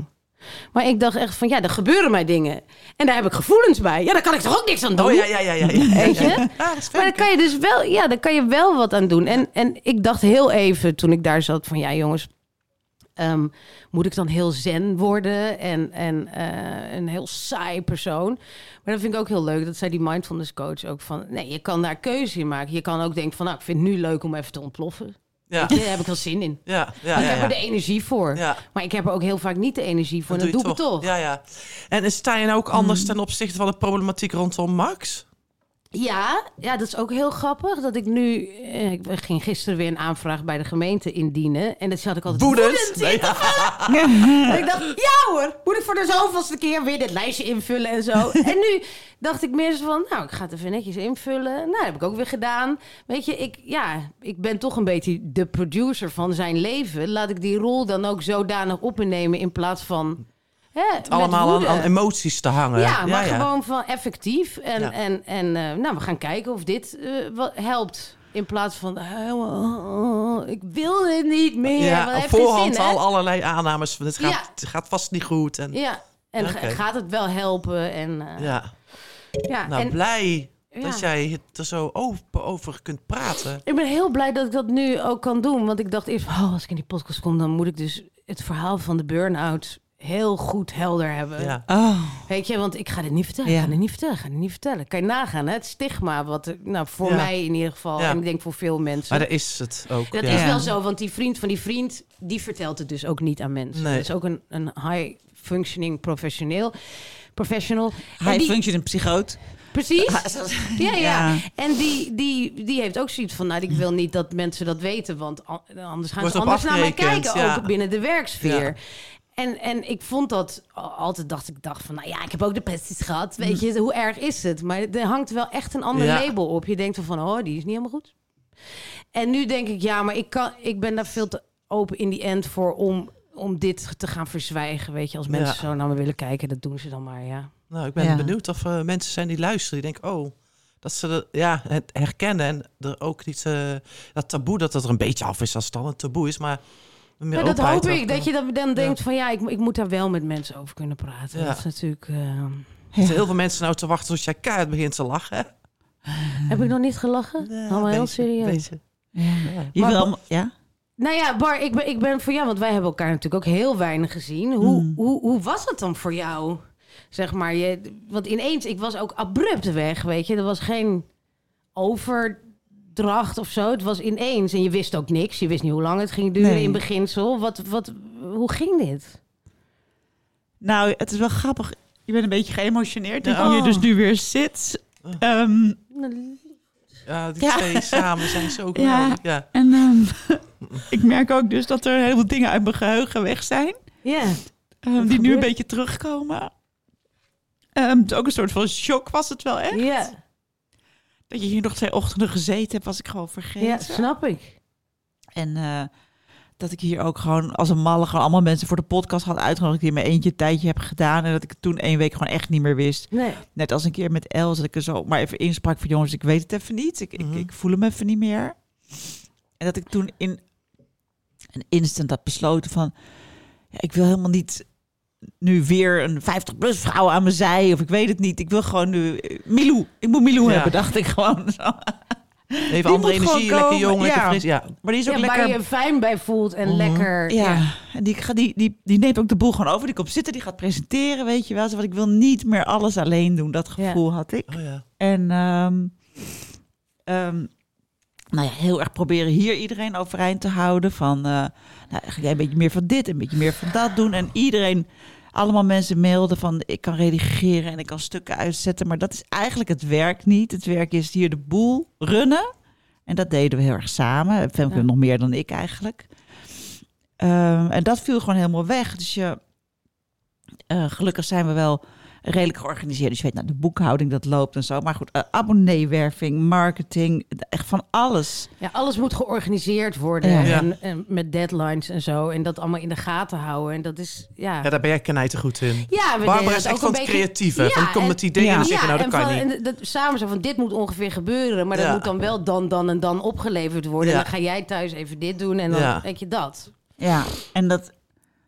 Maar ik dacht echt van, ja, er gebeuren mij dingen. En daar heb ik gevoelens bij. Ja, daar kan ik toch ook niks aan doen? Ja. Weet je? Ja, dat is Maar dan kan je dus wel, ja, dan kan je wel wat aan doen. En ik dacht heel even, toen ik daar zat, van ja, jongens, moet ik dan heel zen worden en een heel saai persoon? Maar dat vind ik ook heel leuk. Dat zei die mindfulness coach ook van, nee, je kan daar keuze in maken. Je kan ook denken van, nou, ik vind het nu leuk om even te ontploffen. Ja. Daar heb ik wel zin in. Ja. Ik heb er de energie voor. Ja. Maar ik heb er ook heel vaak niet de energie voor. En dan doe ik het toch. Ja. En sta je nou ook anders ten opzichte van de problematiek rondom Max? Ja, dat is ook heel grappig. Dat ik nu... ik ging gisteren weer een aanvraag bij de gemeente indienen. En dat had ik altijd woedend zitten. En ik dacht, ja hoor, moet ik voor de zoveelste keer weer dit lijstje invullen en zo. En nu dacht ik meer zo van, nou, ik ga het even netjes invullen. Nou, dat heb ik ook weer gedaan. Weet je, ik ben toch een beetje de producer van zijn leven. Laat ik die rol dan ook zodanig opnemen in plaats van... Het allemaal aan emoties te hangen. Ja, maar gewoon van effectief. En we gaan kijken of dit wat helpt. In plaats van, ik wil dit niet meer. Ja, op voorhand al allerlei aannames van, het gaat vast niet goed. Gaat het wel helpen? Blij dat jij er zo open over kunt praten. Ik ben heel blij dat ik dat nu ook kan doen. Want ik dacht eerst, als ik in die podcast kom, dan moet ik dus het verhaal van de burn-out heel goed helder hebben. Ja. Weet je, want ik ga dit niet vertellen. Ja. Ik ga dit niet vertellen. Kan je nagaan, hè? Het stigma wat voor mij in ieder geval, en ik denk voor veel mensen. Maar daar is het ook. Dat is wel zo, want die vriend van die vriend, die vertelt het dus ook niet aan mensen. Nee. Dat is ook een high-functioning professional. High-functioning psychoot. Precies. Ja. En die heeft ook zoiets van, ik wil niet dat mensen dat weten, want anders gaan ze anders naar mij kijken, ook binnen de werksfeer. Ja. En ik vond dat altijd, dacht van, ik heb ook depressies gehad. Weet je, hoe erg is het? Maar er hangt wel echt een ander label op. Je denkt van, die is niet helemaal goed. En nu denk ik, maar ik ben daar veel te open in die end voor om dit te gaan verzwijgen. Weet je, als mensen zo naar me willen kijken, dat doen ze dan maar, Nou, ik ben benieuwd of mensen zijn die luisteren. Die denken, dat ze het herkennen. En er ook niet dat taboe, dat er een beetje af is als het dan een taboe is. Maar dat hoop ik. Dat je dan denkt van, ik moet daar wel met mensen over kunnen praten. Dat is natuurlijk... Er zijn heel veel mensen nou te wachten als jij keihard begint te lachen. Heb ik nog niet gelachen? Allemaal heel serieus. Ja. Nou ja, Bar, ik ben voor jou, want wij hebben elkaar natuurlijk ook heel weinig gezien. Hoe was het dan voor jou? Zeg maar, want ineens, ik was ook abrupt weg, weet je. Er was geen overdracht of zo. Het was ineens en je wist ook niks. Je wist niet hoe lang het ging duren in beginsel. Hoe ging dit? Nou, het is wel grappig. Je bent een beetje geëmotioneerd dat je hier dus nu weer zit. Die twee samen zijn zo geweldig. Ja. En ik merk ook dus dat er heel veel dingen uit mijn geheugen weg zijn. Ja. Die nu een beetje terugkomen. Het is ook een soort van shock was het wel echt. Ja. Dat je hier nog 2 ochtenden gezeten hebt, was ik gewoon vergeten. Ja, snap ik. En dat ik hier ook gewoon als een malle gewoon allemaal mensen voor de podcast had uitgenodigd die in mijn eentje een tijdje heb gedaan. En dat ik het toen 1 week gewoon echt niet meer wist. Nee. Net als een keer met Els, dat ik er zo maar even insprak van jongens, ik weet het even niet. Ik voel hem even niet meer. En dat ik toen in een instant had besloten van, ik wil helemaal niet nu weer een 50-plus vrouw aan mijn zij. Of ik weet het niet. Ik wil gewoon nu Milou. Ik moet Milou hebben, dacht ik gewoon zo. Even andere energie, lekker jong, lekker fris. Ja. Maar die is ook lekker... waar je fijn bij voelt en lekker... Ja, en die neemt ook de boel gewoon over. Die komt zitten, die gaat presenteren, weet je wel. Want ik wil niet meer alles alleen doen. Dat gevoel had ik. Oh, ja. En heel erg proberen hier iedereen overeind te houden. Van, ga jij een beetje meer van dit, een beetje meer van dat doen. En iedereen... Allemaal mensen mailden van, ik kan redigeren en ik kan stukken uitzetten. Maar dat is eigenlijk het werk niet. Het werk is hier de boel runnen. En dat deden we heel erg samen. Femke nog meer dan ik eigenlijk. En dat viel gewoon helemaal weg. Dus gelukkig zijn we wel redelijk georganiseerd. Dus je weet, de boekhouding, dat loopt en zo. Maar goed, abonneewerving, marketing, echt van alles. Ja, alles moet georganiseerd worden. En met deadlines en zo. En dat allemaal in de gaten houden. En dat is, Ja, daar ben jij knijter goed in. Ja, Barbara is echt van het creatieve. Ja, van kom met ideeën en dan zeggen, nou, dat kan niet. Samen zo van, dit moet ongeveer gebeuren. Maar dat moet dan wel dan en dan opgeleverd worden. En dan ga jij thuis even dit doen en dan denk je dat. Ja, en dat...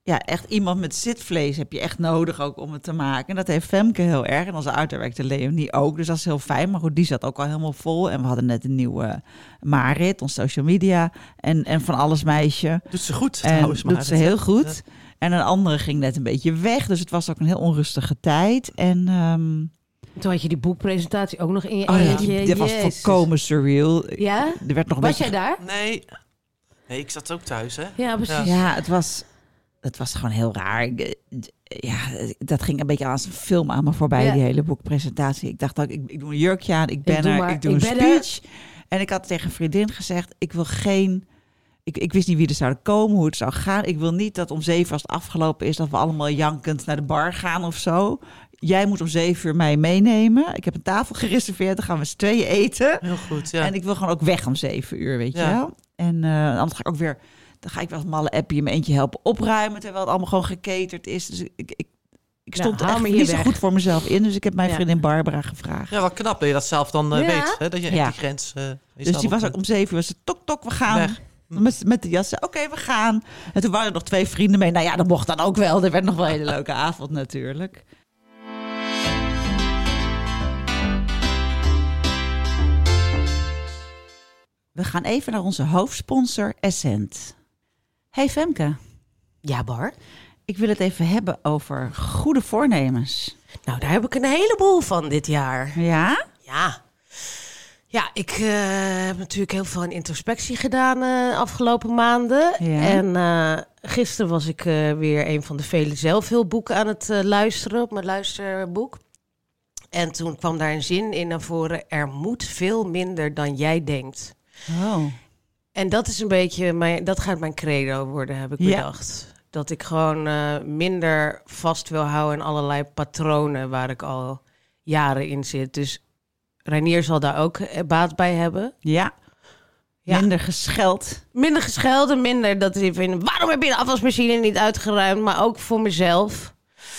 echt iemand met zitvlees heb je echt nodig ook om het te maken. En dat heeft Femke heel erg. En onze auteur werkte Leonie ook. Dus dat is heel fijn. Maar goed, die zat ook al helemaal vol. En we hadden net een nieuwe Marit, ons social media. En van alles meisje. Doet ze goed En trouwens. doet ze heel goed. Ja. En een andere ging net een beetje weg. Dus het was ook een heel onrustige tijd. En toen had je die boekpresentatie ook nog in je eentje. Dit was volkomen surreal. Ja? Er werd nog was jij daar? Nee, ik zat ook thuis, hè? Ja, precies. Ja, het was gewoon heel raar. Dat ging een beetje als een film aan me voorbij, die hele boekpresentatie. Ik dacht ook, ik doe een jurkje aan, ik doe een speech. En ik had tegen een vriendin gezegd, ik wil geen... Ik wist niet wie er zouden komen, hoe het zou gaan. Ik wil niet dat om 7 als het afgelopen is, dat we allemaal jankend naar de bar gaan of zo. Jij moet om 7 uur mij meenemen. Ik heb een tafel gereserveerd, dan gaan we 's tweeën eten. Heel goed, ja. En ik wil gewoon ook weg om 7 uur, weet je wel. En anders ga ik ook weer... Dan ga ik wel als malle appie in mijn eentje helpen opruimen, terwijl het allemaal gewoon geketerd is. Dus ik stond echt niet zo goed voor mezelf in. Dus ik heb mijn vriendin Barbara gevraagd. Ja, wat knap dat je dat zelf dan weet. Hè? Dat je echt die grens... dus die was ook om 7 uur. Ze tok, we gaan... Weg. Met de jassen. Oké, we gaan. En toen waren er nog 2 vrienden mee. Nou ja, dat mocht dan ook wel. Er werd nog wel een hele leuke avond natuurlijk. We gaan even naar onze hoofdsponsor Essent. Hey Femke. Ja, Bar? Ik wil het even hebben over goede voornemens. Nou, daar heb ik een heleboel van dit jaar. Ja? Ja, ik heb natuurlijk heel veel aan introspectie gedaan afgelopen maanden. Ja. En gisteren was ik weer een van de vele zelfhulpboeken aan het luisteren op mijn luisterboek. En toen kwam daar een zin in naar voren: er moet veel minder dan jij denkt. Oh. En dat is een beetje, dat gaat mijn credo worden, heb ik bedacht. Dat ik gewoon minder vast wil houden aan allerlei patronen waar ik al jaren in zit. Dus Reinier zal daar ook baat bij hebben. Ja. Minder gescheld. Minder gescheld en minder dat ik vind, waarom heb je de afwasmachine niet uitgeruimd? Maar ook voor mezelf.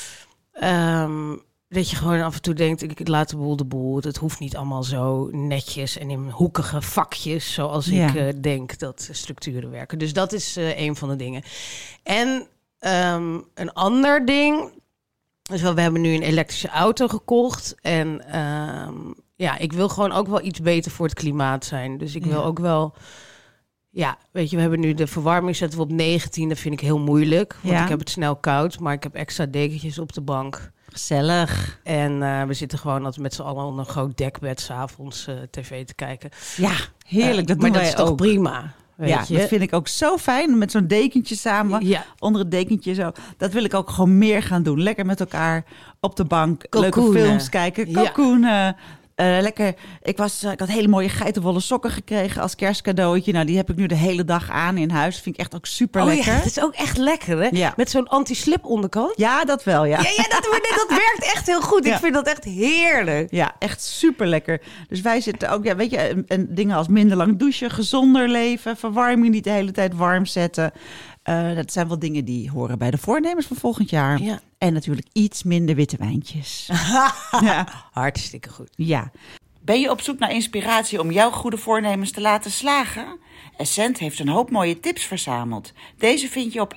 Dat je gewoon af en toe denkt, ik laat de boel. Het hoeft niet allemaal zo netjes en in hoekige vakjes, zoals ik denk dat structuren werken. Dus dat is een van de dingen. En een ander ding, dus we hebben nu een elektrische auto gekocht. En ik wil gewoon ook wel iets beter voor het klimaat zijn. Dus ik wil ook wel... Ja, weet je, we hebben nu de verwarming zetten we op 19. Dat vind ik heel moeilijk, want ik heb het snel koud. Maar ik heb extra dekentjes op de bank. Gezellig. En we zitten gewoon altijd met z'n allen onder een groot dekbed 's avonds tv te kijken. Ja, heerlijk. Dat doen maar wij dat is toch ook. prima. Weet je? Dat vind ik ook zo fijn. Met zo'n dekentje samen, onder het dekentje zo. Dat wil ik ook gewoon meer gaan doen. Lekker met elkaar op de bank. Cocoonen. Leuke films kijken. Cocoonen. Lekker. Ik had hele mooie geitenwolle sokken gekregen als kerstcadeautje. Nou, die heb ik nu de hele dag aan in huis. Vind ik echt ook super lekker. Ja, dat is ook echt lekker, hè? Ja. Met zo'n anti-slip onderkant. Ja, dat wel, ja. Dat werkt echt heel goed. Ik vind dat echt heerlijk. Ja, echt super lekker. Dus wij zitten ook, weet je, en dingen als minder lang douchen, gezonder leven, verwarming niet de hele tijd warm zetten. Dat zijn wel dingen die horen bij de voornemens van volgend jaar. Ja. En natuurlijk iets minder witte wijntjes. Hartstikke goed. Ja. Ben je op zoek naar inspiratie om jouw goede voornemens te laten slagen? Essent heeft een hoop mooie tips verzameld. Deze vind je op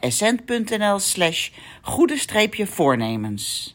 essent.nl/goede-voornemens.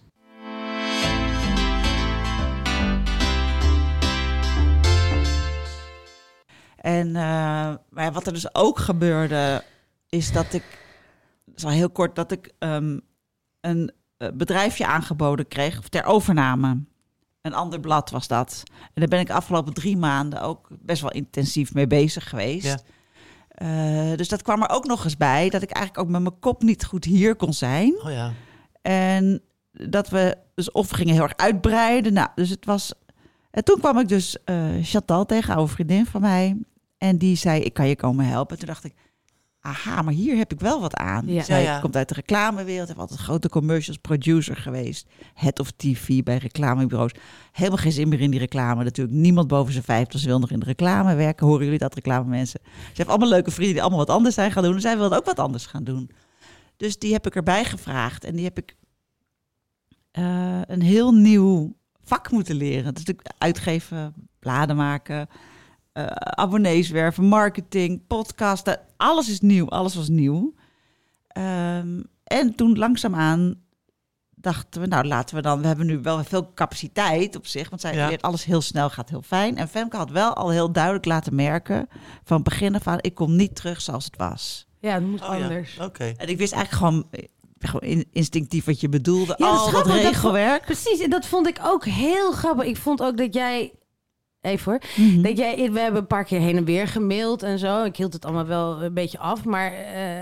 En maar wat er dus ook gebeurde, is dat ik, zo heel kort, dat ik een bedrijfje aangeboden kreeg ter overname. Een ander blad was dat. En daar ben ik de afgelopen 3 maanden ook best wel intensief mee bezig geweest. Ja. Dus dat kwam er ook nog eens bij, dat ik eigenlijk ook met mijn kop niet goed hier kon zijn. Oh ja. En dat we dus of gingen heel erg uitbreiden. Nou, dus het was. En toen kwam ik dus Chantal tegen, oude vriendin van mij. En die zei, ik kan je komen helpen. En toen dacht ik, aha, maar hier heb ik wel wat aan. Ja. Zij komt uit de reclamewereld, heeft altijd grote commercials, producer geweest. Head of TV bij reclamebureaus. Helemaal geen zin meer in die reclame. Natuurlijk niemand boven zijn 50 wil nog in de reclame werken. Horen jullie dat, reclamemensen? Ze heeft allemaal leuke vrienden die allemaal wat anders zijn gaan doen. En zij wilde ook wat anders gaan doen. Dus die heb ik erbij gevraagd. En die heb ik een heel nieuw vak moeten leren. Dat is natuurlijk uitgeven, bladen maken, abonnees werven, marketing, podcasten. Alles is nieuw. Alles was nieuw. En toen langzaamaan dachten we, nou laten we dan... We hebben nu wel veel capaciteit op zich, want zij leert alles heel snel, gaat heel fijn. En Femke had wel al heel duidelijk laten merken van het begin af aan, ik kom niet terug zoals het was. Ja, het moet anders. Ja. Okay. En ik wist eigenlijk gewoon instinctief wat je bedoelde. Ja, al dat regelwerk. Precies, en dat vond ik ook heel grappig. Ik vond ook dat jij... Even hoor. Dat jij, we hebben een paar keer heen en weer gemaild en zo. Ik hield het allemaal wel een beetje af. Maar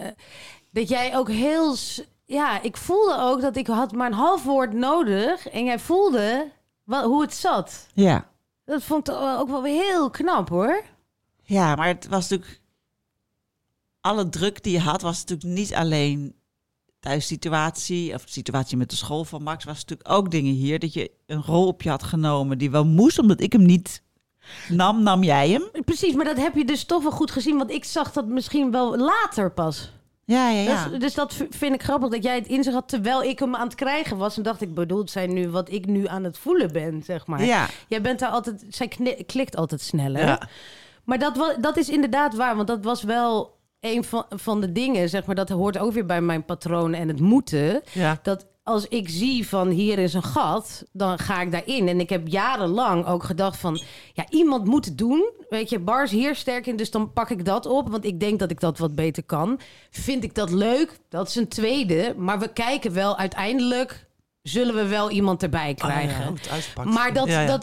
dat jij ook heel... Ja, ik voelde ook dat ik had maar een half woord nodig. En jij voelde hoe het zat. Ja. Dat vond ik ook wel weer heel knap hoor. Ja, maar het was natuurlijk... Alle druk die je had was natuurlijk niet alleen thuissituatie... of de situatie met de school van Max... was natuurlijk ook dingen hier... dat je een rol op je had genomen die wel moest... omdat ik hem niet nam jij hem. Precies, maar dat heb je dus toch wel goed gezien... want ik zag dat misschien wel later pas. Ja. Dus dat vind ik grappig dat jij het in zich had... terwijl ik hem aan het krijgen was... en dacht ik, bedoelt zij nu wat ik nu aan het voelen ben, zeg maar. Ja. Jij bent daar altijd... Zij klikt altijd sneller. Ja. Maar dat is inderdaad waar, want dat was wel... een van de dingen, zeg maar, dat hoort ook weer bij mijn patroon en het moeten. Ja. Dat als ik zie van hier is een gat, dan ga ik daarin. En ik heb jarenlang ook gedacht van, ja, iemand moet het doen. Weet je, Bar is hier sterk in, dus dan pak ik dat op. Want ik denk dat ik dat wat beter kan. Vind ik dat leuk? Dat is een tweede. Maar we kijken wel uiteindelijk... zullen we wel iemand erbij krijgen. hoe het uitpakt. Maar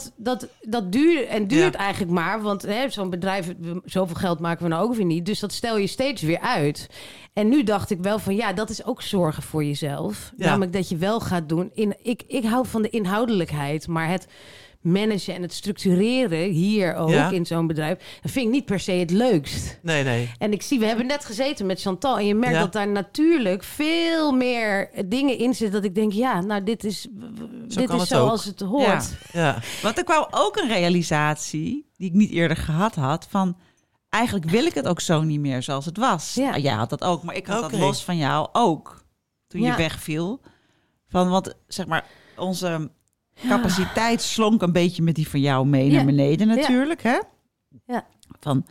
dat duurt eigenlijk maar. Want zo'n bedrijf, zoveel geld maken we nou ook weer niet. Dus dat stel je steeds weer uit. En nu dacht ik wel van, ja, dat is ook zorgen voor jezelf. Ja. Namelijk dat je wel gaat doen. Ik hou van de inhoudelijkheid, maar het managen en het structureren hier ook in zo'n bedrijf, dat vind ik niet per se het leukst. Nee. En we hebben net gezeten met Chantal en je merkt dat daar natuurlijk veel meer dingen in zitten dat ik denk, ja, nou dit is zoals het hoort. Ja. Want er kwam ook een realisatie die ik niet eerder gehad had van, eigenlijk wil ik het ook zo niet meer zoals het was. Ja. Nou, jij had dat ook, maar ik had dat los van jou ook toen je wegviel. Want zeg maar, onze capaciteit slonk een beetje met die van jou mee naar beneden natuurlijk, hè? Ja. Want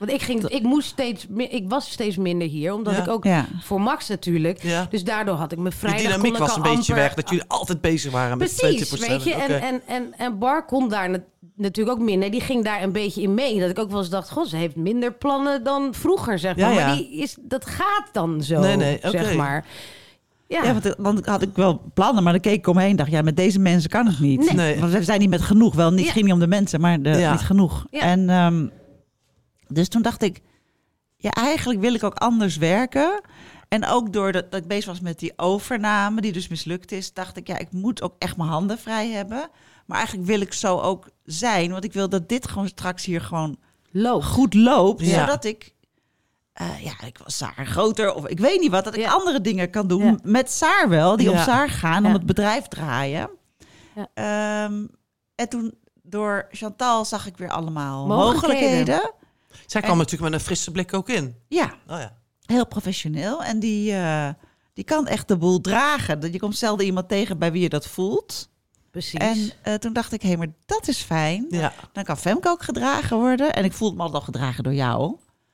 ik was steeds minder hier, omdat ik ook voor Max natuurlijk. Ja. Dus daardoor had ik mijn vrijdag. Die dynamiek was een beetje weg, dat jullie altijd bezig waren met 20%. Weet je, en Bar kon daar natuurlijk ook minder. Die ging daar een beetje in mee. Dat ik ook wel eens dacht, ze heeft minder plannen dan vroeger, zeg maar. Maar dat gaat dan zo, zeg maar. Ja, want had ik wel plannen, maar dan keek ik omheen en dacht, ja, met deze mensen kan het niet. Nee. Want we zijn niet met genoeg. Wel, het ging niet om de mensen, maar niet genoeg. Ja. En dus toen dacht ik, ja, eigenlijk wil ik ook anders werken. En ook doordat ik bezig was met die overname, die dus mislukt is, dacht ik, ja, ik moet ook echt mijn handen vrij hebben. Maar eigenlijk wil ik zo ook zijn, want ik wil dat dit gewoon straks hier gewoon goed loopt, zodat ik... ik was Saar groter of ik weet niet wat. Dat ik andere dingen kan doen met Saar wel. Die op Saar gaan om het bedrijf draaien. Ja. En toen door Chantal zag ik weer allemaal mogelijkheden. Zij kwam natuurlijk met een frisse blik ook in. Ja, heel professioneel. En die kan echt de boel dragen. Je komt zelden iemand tegen bij wie je dat voelt. Precies. En toen dacht ik, maar dat is fijn. Ja. Dan kan Femke ook gedragen worden. En ik voelde me al gedragen door jou.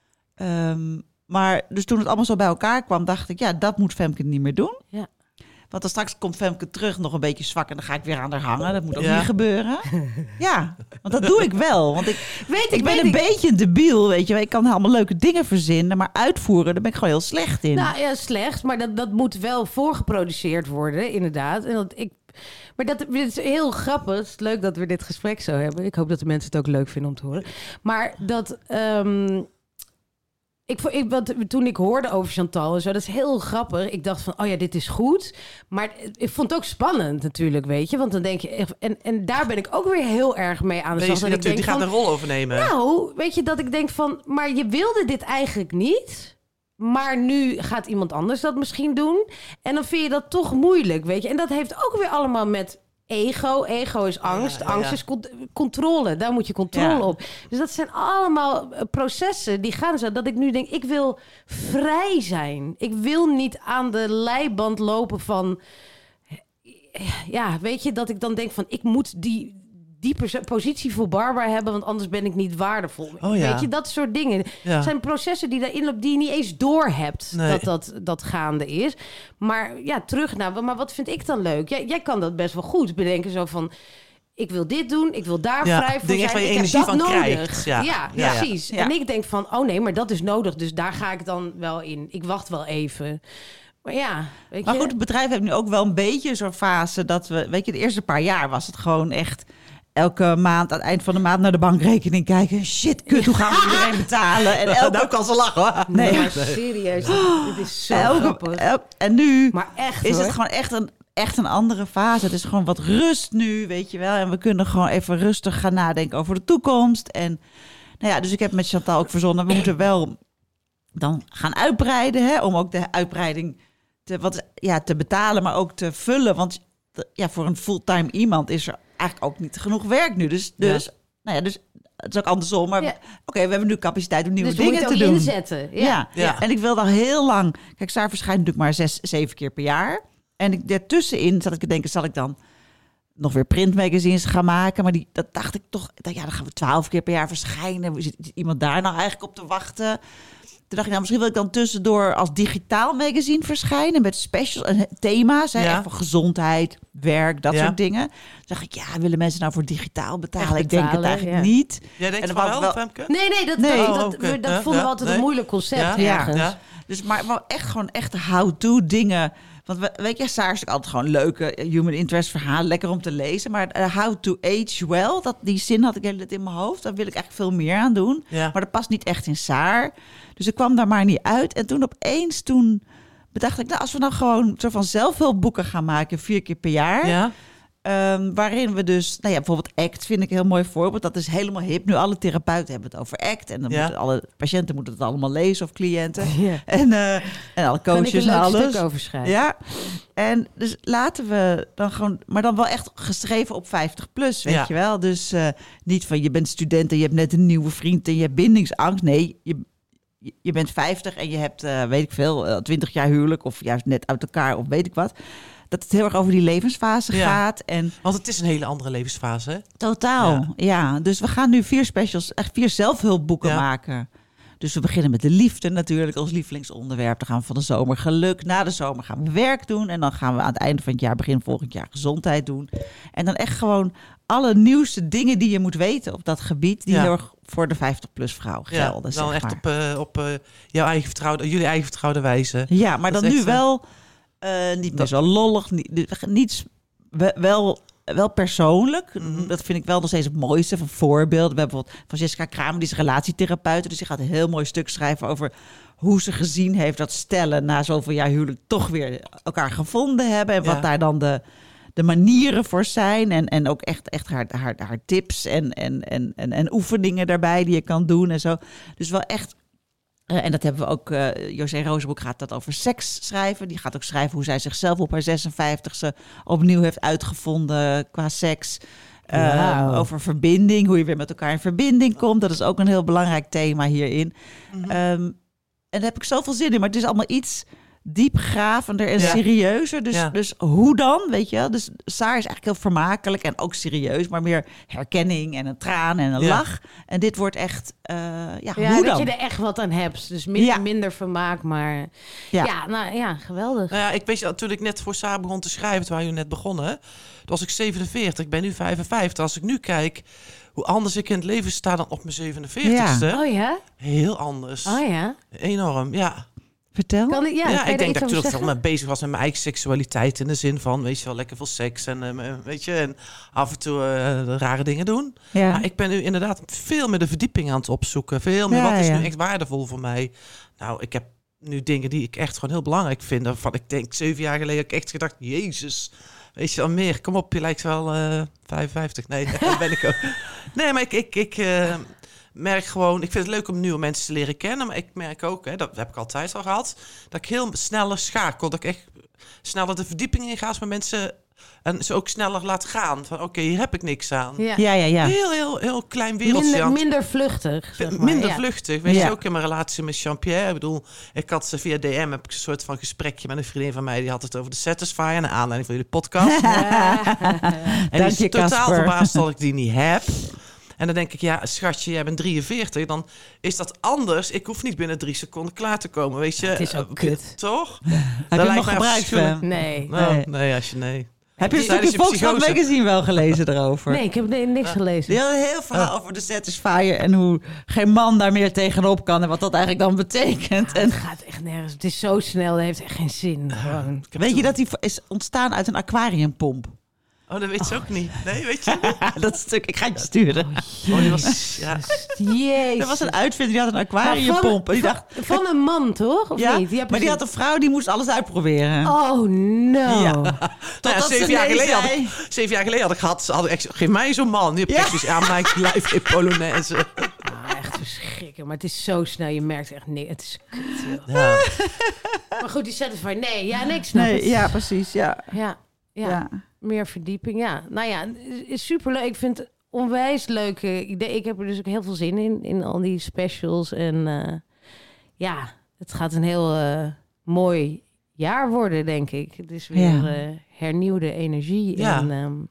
Maar dus toen het allemaal zo bij elkaar kwam, dacht ik, ja, dat moet Femke niet meer doen. Ja. Want dan straks komt Femke terug nog een beetje zwak en dan ga ik weer aan haar hangen. Dat moet ook niet gebeuren. Ja, want dat doe ik wel. Want ik ben een beetje debiel, weet je. Ik kan allemaal leuke dingen verzinnen, maar uitvoeren, daar ben ik gewoon heel slecht in. Nou ja, slecht, maar dat moet wel voorgeproduceerd worden, inderdaad. En maar dit is heel grappig. Het is leuk dat we dit gesprek zo hebben. Ik hoop dat de mensen het ook leuk vinden om te horen. Maar dat... toen ik hoorde over Chantal en zo, dat is heel grappig. Ik dacht van, dit is goed. Maar ik vond het ook spannend natuurlijk, weet je. Want dan denk je... En daar ben ik ook weer heel erg mee aan de slag. Die gaat een rol overnemen. Nou, weet je, dat ik denk van... Maar je wilde dit eigenlijk niet. Maar nu gaat iemand anders dat misschien doen. En dan vind je dat toch moeilijk, weet je. En dat heeft ook weer allemaal met... Ego is angst. Angst is controle. Daar moet je controle op. Dus dat zijn allemaal processen die gaan zo. Dat ik nu denk, ik wil vrij zijn. Ik wil niet aan de leiband lopen van... Ja, weet je, dat ik dan denk van... Ik moet die die positie voor Barbara hebben, want anders ben ik niet waardevol. Oh, ja. Weet je, dat soort dingen. Ja. Het zijn processen die daarin lopen, die je niet eens doorhebt dat gaande is. Maar ja, terug naar, maar wat vind ik dan leuk? Jij kan dat best wel goed bedenken, zo van, ik wil dit doen, ik wil daar vrij voor dingen zijn. waar je Ik energie heb dat van nodig. krijgt. Ja, precies. Ja. En ik denk van, oh nee, maar dat is nodig, dus daar ga ik dan wel in. Ik wacht wel even. Maar ja, weet Maar je. goed, het bedrijf heeft nu ook wel een beetje zo'n fase dat we... Weet je, de eerste paar jaar was het gewoon echt... Elke maand, aan het eind van de maand, naar de bankrekening kijken. Shit, kut, hoe gaan we iedereen betalen? En Nou kan ze lachen. Hoor. Nee, maar serieus, dit is zo grappig. En nu Maar echt, is hoor. het gewoon echt een andere fase. Het is gewoon wat rust nu, weet je wel. En we kunnen gewoon even rustig gaan nadenken over de toekomst. En nou ja, dus ik heb met Chantal ook verzonnen... we moeten wel dan gaan uitbreiden, hè, om ook de uitbreiding te betalen, maar ook te vullen. Want ja, voor een fulltime iemand is er eigenlijk ook niet genoeg werk nu. Dus het is ook andersom. Maar oké, we hebben nu capaciteit om nieuwe Dus we dingen te moeten doen. ook inzetten. Ja. En ik wil al heel lang... Kijk, Saar verschijnt natuurlijk maar 6-7 keer per jaar. En daartussenin zat ik te denken, zal ik dan nog weer printmagazines gaan maken? Maar dat dacht ik toch, dan gaan we 12 keer per jaar verschijnen. Zit iemand daar nou eigenlijk op te wachten? Toen dacht ik, misschien wil ik dan tussendoor als digitaal magazine verschijnen met specials en thema's. Hè, echt van gezondheid, werk, dat soort dingen. Toen dacht ik, willen mensen nou voor digitaal betalen? Ik denk het eigenlijk niet. Jij denkt en van wel, Femke? Nee, dat vonden we altijd een moeilijk concept. Ja. Dus maar echt how-to dingen. Want weet je, Saar is altijd gewoon leuke human interest verhalen, lekker om te lezen. Maar how to age well, die zin had ik de hele tijd in mijn hoofd. Daar wil ik eigenlijk veel meer aan doen. Ja. Maar dat past niet echt in Saar. Dus ik kwam daar maar niet uit. En toen opeens, bedacht ik, als we nou gewoon zo van zelfhulpboeken gaan maken, 4 keer per jaar. Ja. Waarin we dus, bijvoorbeeld ACT vind ik een heel mooi voorbeeld. Dat is helemaal hip. Nu alle therapeuten hebben het over ACT. En dan moeten alle patiënten moeten het allemaal lezen of cliënten. Ja. En alle coaches en alles. Stuk over schrijven. Ja. En dus laten we dan gewoon, maar dan wel echt geschreven op 50 plus, weet je wel. Dus niet van je bent student en je hebt net een nieuwe vriend en je hebt bindingsangst. Nee, je bent 50 en je hebt, weet ik veel, 20 jaar huwelijk of juist net uit elkaar of weet ik wat. Dat het heel erg over die levensfase gaat. Want het is een hele andere levensfase, hè? Totaal, ja. Dus we gaan nu 4 specials, echt 4 zelfhulpboeken maken. Dus we beginnen met de liefde natuurlijk als lievelingsonderwerp. Dan gaan we van de zomer geluk. Na de zomer gaan we werk doen. En dan gaan we aan het einde van het jaar, begin volgend jaar, gezondheid doen. En dan echt gewoon alle nieuwste dingen die je moet weten op dat gebied. Die heel erg voor de 50-plus vrouw gelden. Ja, dan echt op jouw eigen vertrouwde, jullie eigen vertrouwde wijze. Ja, maar dat dan nu wel... niet meer zo lollig, wel persoonlijk. Mm-hmm. Dat vind ik wel nog steeds het mooiste van voorbeelden. We hebben bijvoorbeeld van Jessica Kramer, die is relatietherapeut. Dus die gaat een heel mooi stuk schrijven over hoe ze gezien heeft dat stellen na zoveel jaar huwelijk toch weer elkaar gevonden hebben. En wat daar dan de manieren voor zijn. En ook echt haar tips en oefeningen daarbij die je kan doen en zo. Dus wel echt... en dat hebben we ook, José Rozenbroek gaat dat over seks schrijven. Die gaat ook schrijven hoe zij zichzelf op haar 56e opnieuw heeft uitgevonden qua seks. Over verbinding, hoe je weer met elkaar in verbinding komt. Dat is ook een heel belangrijk thema hierin. Mm-hmm. En daar heb ik zoveel zin in, maar het is allemaal iets diepgravender en serieuzer. Dus hoe dan, weet je? Dus Saar is eigenlijk heel vermakelijk en ook serieus, maar meer herkenning en een traan en een lach. En dit wordt echt, hoe dat dan? je er echt wat aan hebt. Dus minder vermaak, maar geweldig. Nou ja, ik weet je, toen ik net voor Saar begon te schrijven, toen waren jullie net begonnen, toen was ik 47, ik ben nu 55. Als ik nu kijk hoe anders ik in het leven sta dan op mijn 47ste. Ja. Oh ja? Heel anders. Oh ja? Enorm, ja. Vertel. Ik denk dat ik natuurlijk veel mee bezig was met mijn eigen seksualiteit. In de zin van, weet je wel, lekker veel seks. En weet je, en af en toe rare dingen doen. Ja. Maar ik ben nu inderdaad veel meer de verdieping aan het opzoeken. Veel meer, wat is nu echt waardevol voor mij? Nou, ik heb nu dingen die ik echt gewoon heel belangrijk vind. Van, ik denk 7 jaar geleden heb ik echt gedacht, Jezus, weet je wel meer. Kom op, je lijkt wel 55. Nee, dat ben ik ook. Nee, maar ik merk gewoon, ik vind het leuk om nieuwe mensen te leren kennen, maar ik merk ook, dat heb ik altijd al gehad, dat ik heel sneller schakel, dat ik echt sneller de verdieping in ga als met mensen En ze ook sneller laat gaan. Van oké, hier heb ik niks aan. Ja. Heel klein wereldje. Minder vluchtig. Zeg maar. Minder vluchtig. Weet je, ook in mijn relatie met Jean-Pierre. Ik bedoel, ik had via DM heb ik een soort van gesprekje met een vriendin van mij. Die had het over de Satisfyer. Naar aanleiding van jullie podcast. En die is totaal verbaasd dat ik die niet heb. En dan denk ik, ja, schatje, jij bent 43. Dan is dat anders. Ik hoef niet binnen 3 seconden klaar te komen, weet je. Het is ook kut. Toch? Heb je nog gebruikt van? Nee. Nee. Heb je een stukje Volkskrant Magazine wel gelezen erover? Nee, ik heb niks gelezen. Die hadden een heel verhaal over de Satisfyer en hoe geen man daar meer tegenop kan en wat dat eigenlijk dan betekent. Het gaat echt nergens. Het is zo snel, dat heeft echt geen zin. Gewoon. Weet je dat die is ontstaan uit een aquariumpomp? Oh, dat weet ze ook niet. Nee, weet je? Dat stuk, ik ga het je sturen. Die was, Jezus. Er was een uitvinder, die had een aquariumpomp. Van een man, toch? Of niet? Ja, maar die had een vrouw, die moest alles uitproberen. Oh, no. Ja. 7 jaar geleden had ik gehad. Geef mij zo'n man. Die heeft precies aan mijn lijf in Polonaise. Echt verschrikkelijk. Maar het is zo snel. Je merkt echt nee. Het is kut, joh. Ja. Maar goed, die Satisfyer. Nee, ik snap het. Ja, precies. Ja. Meer verdieping. Ja, nou ja, is superleuk. Ik vind het onwijs leuke idee. Ik heb er dus ook heel veel zin in al die specials. En het gaat een heel mooi jaar worden, denk ik. Het is weer hernieuwde energie. Ja. En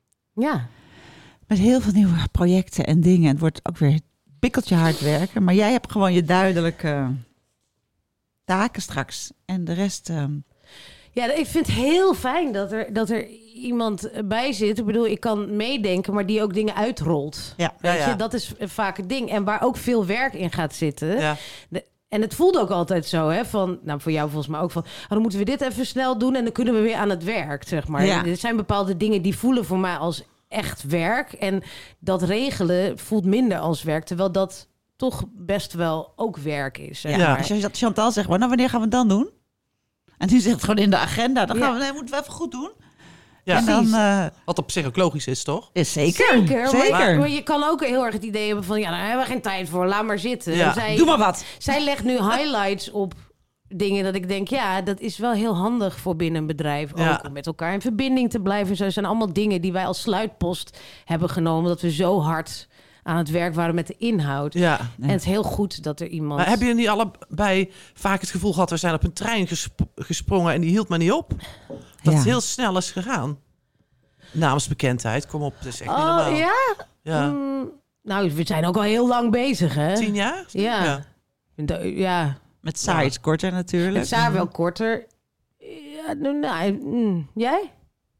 met heel veel nieuwe projecten en dingen. Het wordt ook weer pikkeltje hard werken. Maar jij hebt gewoon je duidelijke taken straks. En de rest... Ja, ik vind het heel fijn dat er iemand bij zit. Ik bedoel, ik kan meedenken, maar die ook dingen uitrolt. Ja. Weet je, dat is vaak het ding. En waar ook veel werk in gaat zitten. Ja. En het voelde ook altijd zo, hè? Van, nou, voor jou volgens mij ook van... dan moeten we dit even snel doen en dan kunnen we weer aan het werk, zeg maar. Ja. Er zijn bepaalde dingen die voelen voor mij als echt werk. En dat regelen voelt minder als werk. Terwijl dat toch best wel ook werk is. Zeg maar. Als je dat Chantal zegt, nou, wanneer gaan we het dan doen? En die zegt gewoon in de agenda. Dan gaan we, moeten we even goed doen. Ja. En dan, wat op zich ook logisch is, toch? Is zeker. Maar je kan ook heel erg het idee hebben van... daar hebben we geen tijd voor, laat maar zitten. Ja. Doe maar wat. Zij legt nu highlights op dingen dat ik denk... dat is wel heel handig voor binnen een bedrijf. Ook om met elkaar in verbinding te blijven. Zo zijn allemaal dingen die wij als sluitpost hebben genomen... dat we zo hard aan het werk waren met de inhoud. Ja. En het is heel goed dat er iemand... Maar hebben jullie niet allebei vaak het gevoel gehad... we zijn op een trein gesprongen en die hield maar niet op? Dat het heel snel is gegaan. Namensbekendheid, kom op, dat is echt niet normaal. Ja? Nou, we zijn ook al heel lang bezig, hè? 10 jaar? Ja. Met saai iets korter natuurlijk. Het saai wel korter. Ja, jij?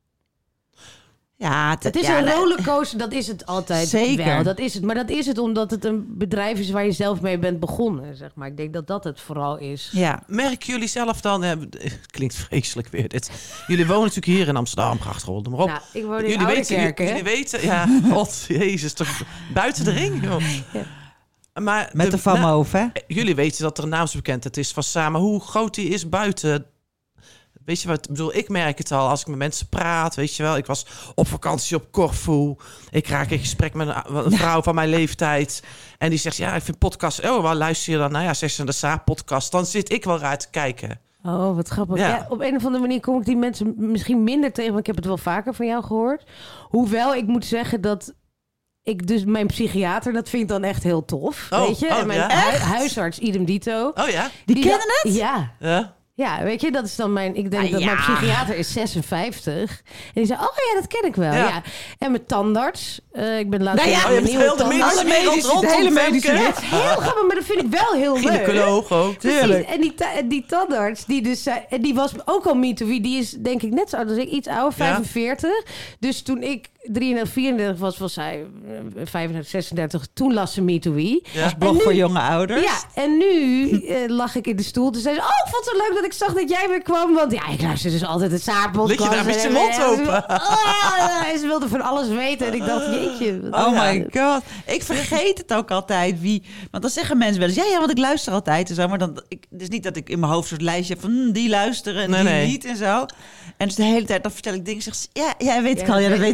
Ja, het is een rollercoaster, dat is het altijd. Zeker. Wel. Dat is het. Maar dat is het omdat het een bedrijf is waar je zelf mee bent begonnen, zeg maar. Ik denk dat het vooral is. Ja. Merken jullie zelf dan... het klinkt vreselijk weer dit. Jullie wonen natuurlijk hier in Amsterdam, Grachtengolde, maar op. Nou, ik woon in Oudekerk, hè? Jullie weten, ja, god, jezus, toch buiten de ring, joh. Ja. Maar met de Van Moof, hè? Jullie weten dat er een naamsbekendheid is van samen. Hoe groot die is buiten... Weet je wat, ik bedoel, ik merk het al als ik met mensen praat, weet je wel. Ik was op vakantie op Corfu. Ik raak in gesprek met een vrouw van mijn leeftijd. En die zegt, ja, ik vind podcast... Oh, waar luister je dan? Nou ja, Sex and the Saar podcast. Dan zit ik wel raar te kijken. Oh, wat grappig. Ja, op een of andere manier kom ik die mensen misschien minder tegen. Want ik heb het wel vaker van jou gehoord. Hoewel, ik moet zeggen dat... ik dus mijn psychiater, dat vind ik dan echt heel tof. Weet je? En mijn huisarts, idem dito. Oh ja? Die kennen het? Ja. Ja, weet je, dat is dan mijn... Ik denk dat mijn psychiater is 56. En die zei, oh ja, dat ken ik wel. Ja. En mijn tandarts. Ik ben laatst... de hele medische rit. Heel grappig, maar dat vind ik wel heel leuk. Gynaecoloog ook. Tuurlijk. En die tandarts, die dus... En die was ook al me-too. Die is denk ik net zo oud als ik. Iets ouder, 45. Ja. Dus toen ik 33, 34 was zij 35, 36. Toen las ze me-too. Als blog voor jonge ouders. Ja, en nu lag ik in de stoel. Toen zei ze, ik vond het zo leuk dat ik zag dat jij weer kwam. Want ik luister dus altijd het Saar-podcast. Lig je daar met je mond open? Ze wilde van alles weten. En ik dacht, jeetje. Oh my god. Ik vergeet het ook altijd. Wie. Want dan zeggen mensen wel eens, ja, want ik luister altijd en zo. Maar dan, het is niet dat ik in mijn hoofd zo'n lijstje heb van die luisteren en die niet en zo. En dus de hele tijd dan vertel ik dingen. Zeg, ja, weet ik al. Ja, dat weet ik al. Ja,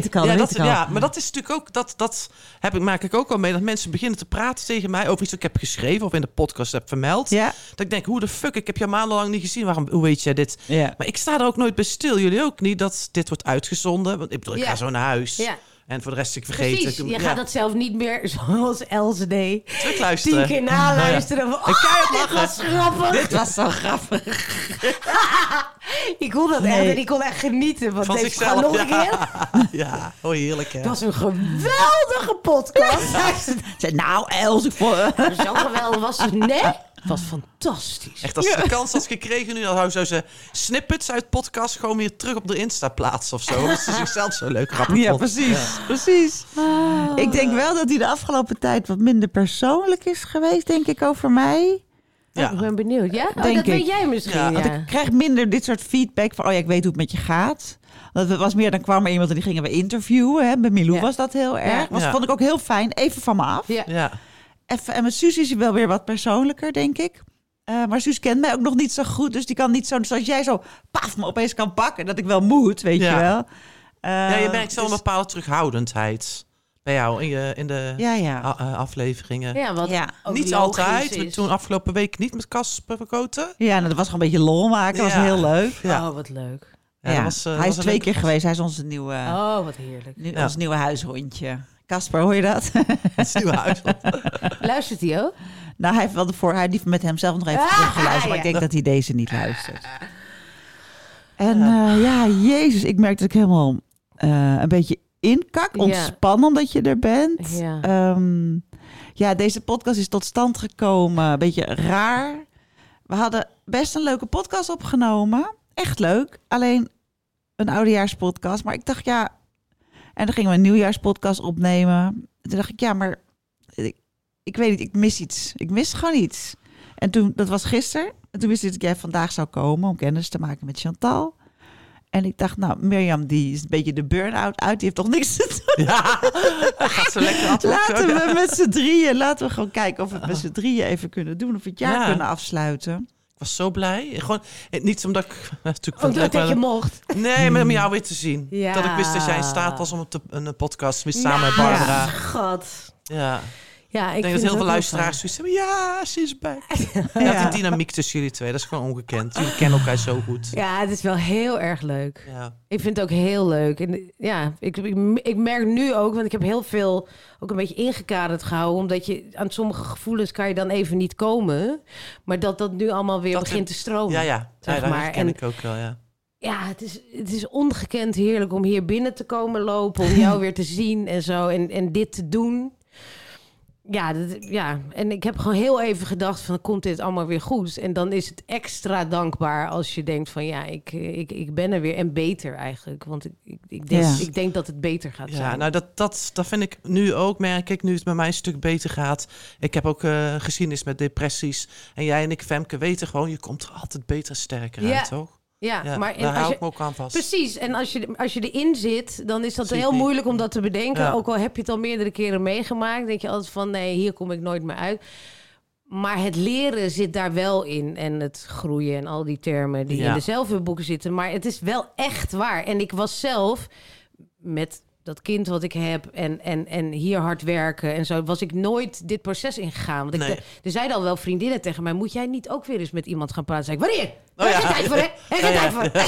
maar dat is natuurlijk ook... Dat maak ik ook al mee. Dat mensen beginnen te praten tegen mij over iets wat ik heb geschreven... of in de podcast heb vermeld. Ja. Dat ik denk, hoe de fuck? Ik heb je maandenlang niet gezien. Hoe weet jij dit? Ja. Maar ik sta er ook nooit bij stil. Jullie ook niet, dat dit wordt uitgezonden. Want ik bedoel, ik ga zo naar huis... Ja. En voor de rest ik vergeten. Precies, je gaat dat zelf niet meer zoals Else deed. Terugluisteren. 10 keer naluisteren. Ja. Dit was grappig. Dit was zo grappig. Ik kon dat echt en ik kon echt genieten van deze zichzelf. Nog een keer. Ja, heerlijk hè. Het was een geweldige podcast. Nou Els, ik vond... Zo geweldig was het net. Het was fantastisch. Echt, als ze de kans had gekregen nu, dan zou ze snippets uit podcast gewoon weer terug op de Insta plaatsen of zo. Dat ze zichzelf zo leuk grappig vond. Ja, precies. Oh. Ik denk wel dat hij de afgelopen tijd wat minder persoonlijk is geweest, denk ik, over mij. Ja. Ik ben benieuwd. Ja? Denk dat weet jij misschien. Ja. Want ik krijg minder dit soort feedback van, ik weet hoe het met je gaat. Dat was meer, dan kwam er iemand en die gingen we interviewen. Hè. Bij Milou was dat heel erg. Dat vond ik ook heel fijn. Even van me af. Ja. Even, en met Suus is hij wel weer wat persoonlijker, denk ik. Maar Suus kent mij ook nog niet zo goed. Dus die kan niet zo, zoals jij zo, me opeens kan pakken. Dat ik wel moet, weet je wel. Je merkt zo een bepaalde terughoudendheid bij jou in de afleveringen. Ja, wat niet altijd. Toen afgelopen week niet met Casper Verkoten. Ja, dat was gewoon een beetje lol maken. Dat was heel leuk. Ja. Oh, wat leuk. Ja, hij is 2 keer geweest. Hij is onze nieuwe... Oh, wat heerlijk. Ons nieuwe huishondje. Casper, hoor je dat? Het nieuwe huishond. Luistert hij ook? Nou, hij heeft wel hij heeft met hem zelf nog even teruggeluisterd. Maar ik denk dat hij deze niet luistert. En Jezus, ik merk dat ik helemaal een beetje inkak. Ontspannen dat je er bent. Ja. Deze podcast is tot stand gekomen. Een beetje raar. We hadden best een leuke podcast opgenomen. Echt leuk. Alleen een oudejaarspodcast. Maar ik dacht, en dan gingen we een nieuwjaarspodcast opnemen. Toen dacht ik, maar ik weet niet, ik mis iets. Ik mis gewoon iets. En toen, dat was gisteren. En toen wist ik dat jij vandaag zou komen om kennis te maken met Chantal. En ik dacht, Mirjam, die is een beetje de burn-out uit. Die heeft toch niks te doen. Ja, gaat zo lekker af. Laten we met z'n drieën, laten we gewoon kijken of we het met z'n drieën even kunnen doen. Of we het jaar kunnen afsluiten. Ik was zo blij. Gewoon, niet omdat ik... Omdat je mocht. Nee, maar om jou weer te zien. Ja. Dat ik wist dat jij in staat was om een podcast met samen met Barbara. God. Ja. Ja, ik denk dat heel veel luisteraars zoiets hebben. Ja, ze is back. Die dynamiek tussen jullie twee, dat is gewoon ongekend. Jullie kennen elkaar zo goed. Ja, het is wel heel erg leuk. Ja. Ik vind het ook heel leuk. En ik merk nu ook, want ik heb heel veel ook een beetje ingekaderd gehouden, omdat je aan sommige gevoelens kan je dan even niet komen, maar dat nu allemaal weer begint te stromen. Ja, dat ken ik ook wel, ja. Ja, het is ongekend heerlijk om hier binnen te komen lopen, om jou weer te zien en zo en dit te doen. Ja, en ik heb gewoon heel even gedacht van, komt dit allemaal weer goed? En dan is het extra dankbaar als je denkt van, ik ben er weer en beter eigenlijk. Want ik denk dat het beter gaat zijn. Ja, nou dat vind ik nu ook, merk ik, nu het met mij een stuk beter gaat. Ik heb ook geschiedenis met depressies. En jij en ik, Femke, weten gewoon, je komt er altijd beter en sterker uit, toch? Ja, maar daar hou ik me ook aan vast. Precies, en als je erin zit, dan is dat heel moeilijk om dat te bedenken. Ja. Ook al heb je het al meerdere keren meegemaakt, denk je altijd van, nee, hier kom ik nooit meer uit. Maar het leren zit daar wel in. En het groeien en al die termen die in de zelfhulpboeken zitten. Maar het is wel echt waar. En ik was zelf met dat kind wat ik heb en hier hard werken en zo, was ik nooit dit proces ingegaan. Want er zeiden al wel vriendinnen tegen mij, moet jij niet ook weer eens met iemand gaan praten? Zei ik, wanneer? Daar heb je tijd voor, hè? Heb je tijd voor?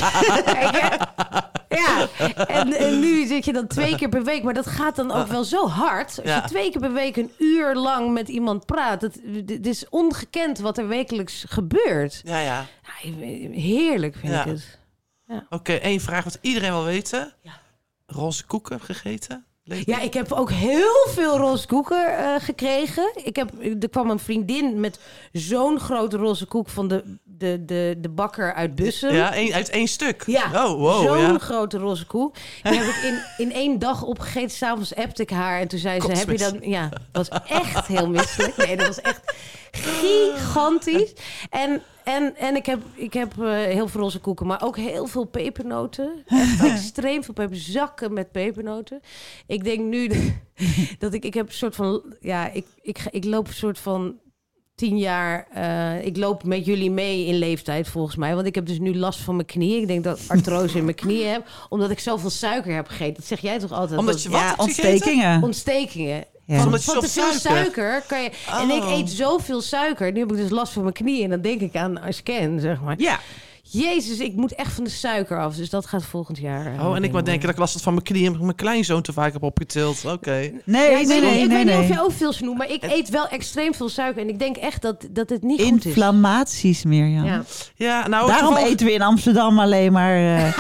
Ja, en nu zit je dan 2 keer per week, maar dat gaat dan ook wel zo hard. Als je 2 keer per week een uur lang met iemand praat, het is ongekend wat er wekelijks gebeurt. Ja, heerlijk vind ik het. Ja. Oké, 1 vraag wat iedereen wil weten. Ja. Roze koeken gegeten? Ja, ik heb ook heel veel roze koeken gekregen. Er kwam een vriendin met zo'n grote roze koek van de bakker uit Bussum. Ja, uit 1 stuk? Ja, zo'n grote roze koek. Die heb ik in 1 dag opgegeten. 's Avonds appte ik haar en toen zei ze, heb je dan... Ja, dat was echt heel misselijk. Nee, dat was echt gigantisch. En ik heb heel veel roze koeken, maar ook heel veel pepernoten. Echt extreem veel zakken met pepernoten. Ik denk nu dat ik heb een soort van... Ja, ik loop een soort van 10 jaar... ik loop met jullie mee in leeftijd volgens mij. Want ik heb dus nu last van mijn knieën. Ik denk dat ik artrose in mijn knieën heb. Omdat ik zoveel suiker heb gegeten. Dat zeg jij toch altijd? Omdat je wat hebt ontstekingen. Ontstekingen. Ja. Van te veel suiker kan je... Oh. En ik eet zoveel suiker. Nu heb ik dus last van mijn knieën. En dan denk ik aan scan, zeg maar. Ja. Jezus, ik moet echt van de suiker af. Dus dat gaat volgend jaar. En ik maar denken dat ik last had van mijn knieën... en mijn kleinzoon te vaak heb opgetild. Oké. Nee. Ik weet niet of je ook veel snoept... maar ik eet wel extreem veel suiker. En ik denk echt dat het niet goed is. Inflammaties, Mirjam. Ja, nou, daarom eten we in Amsterdam alleen maar...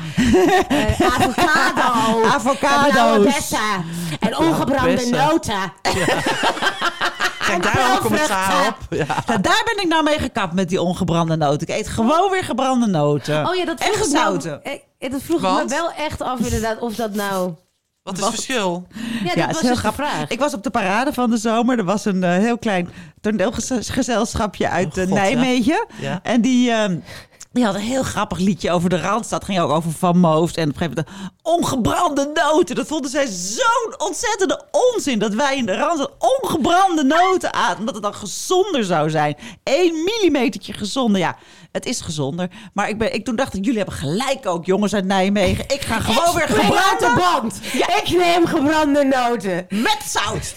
avocado's. En ongebrande noten. Ja. Kijk, daar ook commentaar op. Ja. Nou, daar ben ik nou mee gekapt met die ongebrande noten. Ik eet gewoon weer gebrande noten. Oh ja, dat en gezouten. Dat vroeg ik me wel echt af inderdaad, of dat nou... Wat is het verschil? Ja, dat was dus de vraag. Ik was op de parade van de zomer. Er was een heel klein toneelgezelschapje uit Nijmegen. Ja. En die had een heel grappig liedje over de Randstad. Ging ook over Van Moost. En op een gegeven moment ongebrande noten. Dat vonden zij zo'n ontzettende onzin. Dat wij in de Randstad ongebrande noten aten. Omdat het dan gezonder zou zijn. 1 millimetertje gezonder. Ja, het is gezonder. Maar toen dacht ik, jullie hebben gelijk ook, jongens uit Nijmegen. Ik ga gewoon weer gebrande band. Ja. Ik neem gebrande noten. Met zout.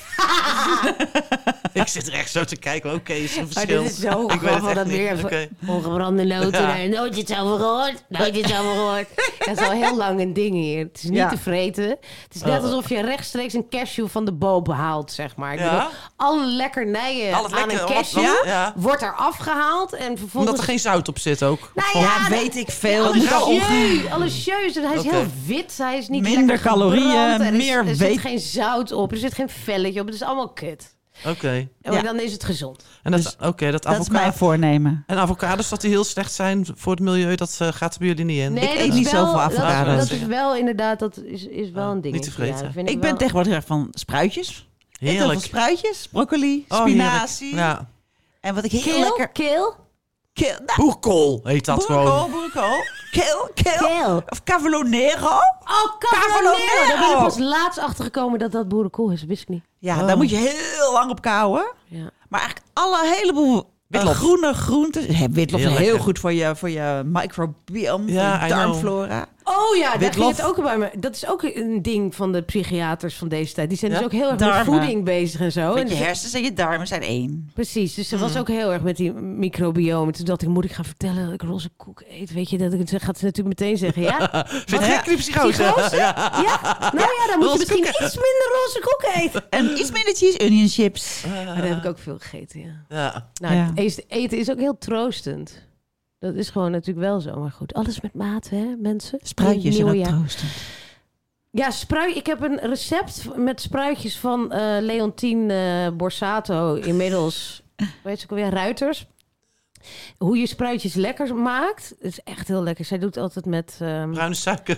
Ik zit er echt zo te kijken. Oké, is er een verschil? Dit is zo grappig dat weer ongebrande noten. Ja. Nooit iets over gehoord. Nooit iets over gehoord. Dat is al heel lang een ding hier. Het is niet te vreten. Het is net alsof je rechtstreeks een cashew van de boom haalt, zeg maar. Ik bedoel, alle lekkernijen aan een cashew wordt er afgehaald. En vervolgens... Omdat er geen zout op zit ook. Nou ja, weet ik veel. Alles jeus. Hij is heel wit. Hij is niet minder calorieën, meer er zit geen zout op. Er zit geen velletje op. Het is allemaal kut. Oké. Maar dan is het gezond. En dat is mijn voornemen. En avocados, dat die heel slecht zijn voor het milieu, dat gaat er bij jullie niet in. Nee, ik eet niet zoveel avocados. Dat is wel inderdaad, dat is wel een ding. Niet te vreten. Ja, ik ben tegenwoordig erg van spruitjes. Heerlijk. Heel veel spruitjes, broccoli, spinazie. Ja. En wat ik heel lekker... Keel. Boerkool heet dat gewoon. Boerkool. Keel. Of cavallonero. Oh, cavallonero. Daar ben ik pas laatst achter gekomen dat boerenkool is. Dat wist ik niet. Ja, daar moet je heel lang op kouwen. Ja. Maar eigenlijk heleboel groene groenten. Witlof is heel goed voor je microbiome, voor je darmflora. Oh ja, daar ging het ook bij me. Dat is ook een ding van de psychiaters van deze tijd. Die zijn dus ook heel erg met voeding bezig en zo. Want je hersens en je darmen zijn één. Precies, dus ze was ook heel erg met die microbiome. Toen dacht ik, moet ik gaan vertellen dat ik roze koek eet? Weet je, gaat ze natuurlijk meteen zeggen, ja. Vind je geen psychose? Ja. Nou ja, dan moet je misschien iets minder roze koek eten. En iets minder cheese onion chips. Maar daar heb ik ook veel gegeten, ja. Nou, eten is ook heel troostend. Dat is gewoon natuurlijk wel zo. Maar goed, alles met maat, hè, mensen. Spruitjes zijn ook troostend. Ja, ik heb een recept met spruitjes van Leontine Borsato. Inmiddels, weet je ook alweer, Ruiters. Hoe je spruitjes lekker maakt. Het is echt heel lekker. Zij doet altijd met... bruine suiker.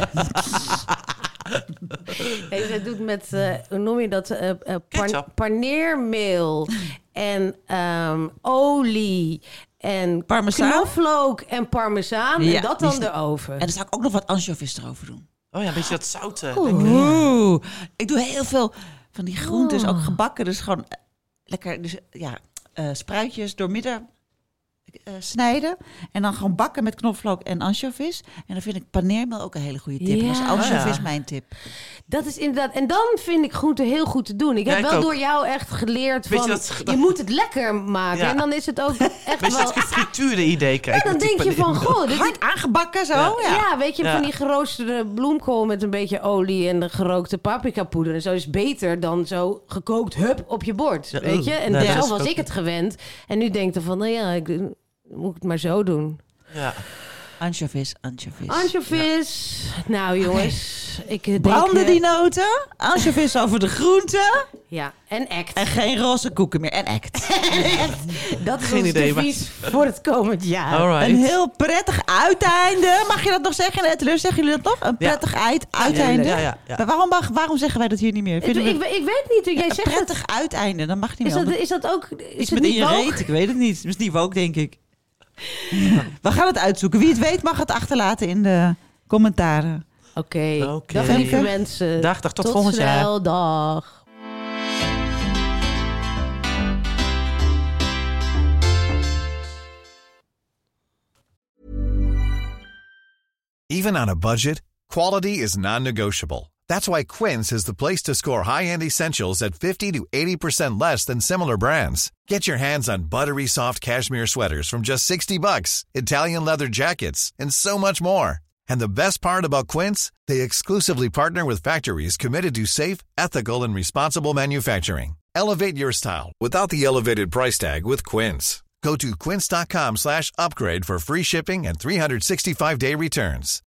Nee, zij doet met, hoe noem je dat? Paneermeel en olie... En knoflook en parmezaan. Ja, en dat dan erover. En dan zou ik ook nog wat anchovies erover doen. Oh ja, een beetje dat zouten. Ik doe heel veel van die groentes, ook gebakken. Dus gewoon lekker, spruitjes doormidden snijden. En dan gewoon bakken met knoflook en anchovies. En dan vind ik paneermeel ook een hele goede tip. Ja. Dus anchovies mijn tip. Dat is inderdaad... En dan vind ik groenten heel goed te doen. Ik heb wel door jou echt geleerd van... Je moet het lekker maken. Ja. En dan is het ook echt wel... dat gefrituurde idee krijg. En dan denk je van... Goh, dit hard aangebakken zo. Ja, weet je, van die geroosterde bloemkool met een beetje olie en de gerookte paprikapoeder. En zo is beter dan zo gekookt op je bord. Ja, weet je? En zo was ik het gewend. En nu denk ik van, nou ja, ik moet het maar zo doen. Ja. Anchovies. Ja. Nou jongens, ik branden die noten. Anchovies over de groenten. Ja, en act. En geen roze koeken meer. En act. Dat is ons devies voor het komend jaar. Alright. Een heel prettig uiteinde. Mag je dat nog zeggen in de Etteleur? Zeggen jullie dat nog? Een prettig uiteinde. Ja. Waarom zeggen wij dat hier niet meer? Ik weet niet. Jij zegt prettig uiteinde. Dan mag niet meer. Is dat ook... Iets met in je reet? Ik weet het niet. Het is niet woke, denk ik. We gaan het uitzoeken. Wie het weet mag het achterlaten in de commentaren. Oké. Dag lieve mensen. Dag, tot volgend jaar. Dag. Even on a budget, quality is non-negotiable. That's why Quince is the place to score high-end essentials at 50 to 80% less than similar brands. Get your hands on buttery soft cashmere sweaters from just $60, Italian leather jackets, and so much more. And the best part about Quince, they exclusively partner with factories committed to safe, ethical, and responsible manufacturing. Elevate your style without the elevated price tag with Quince. Go to quince.com/upgrade for free shipping and 365-day returns.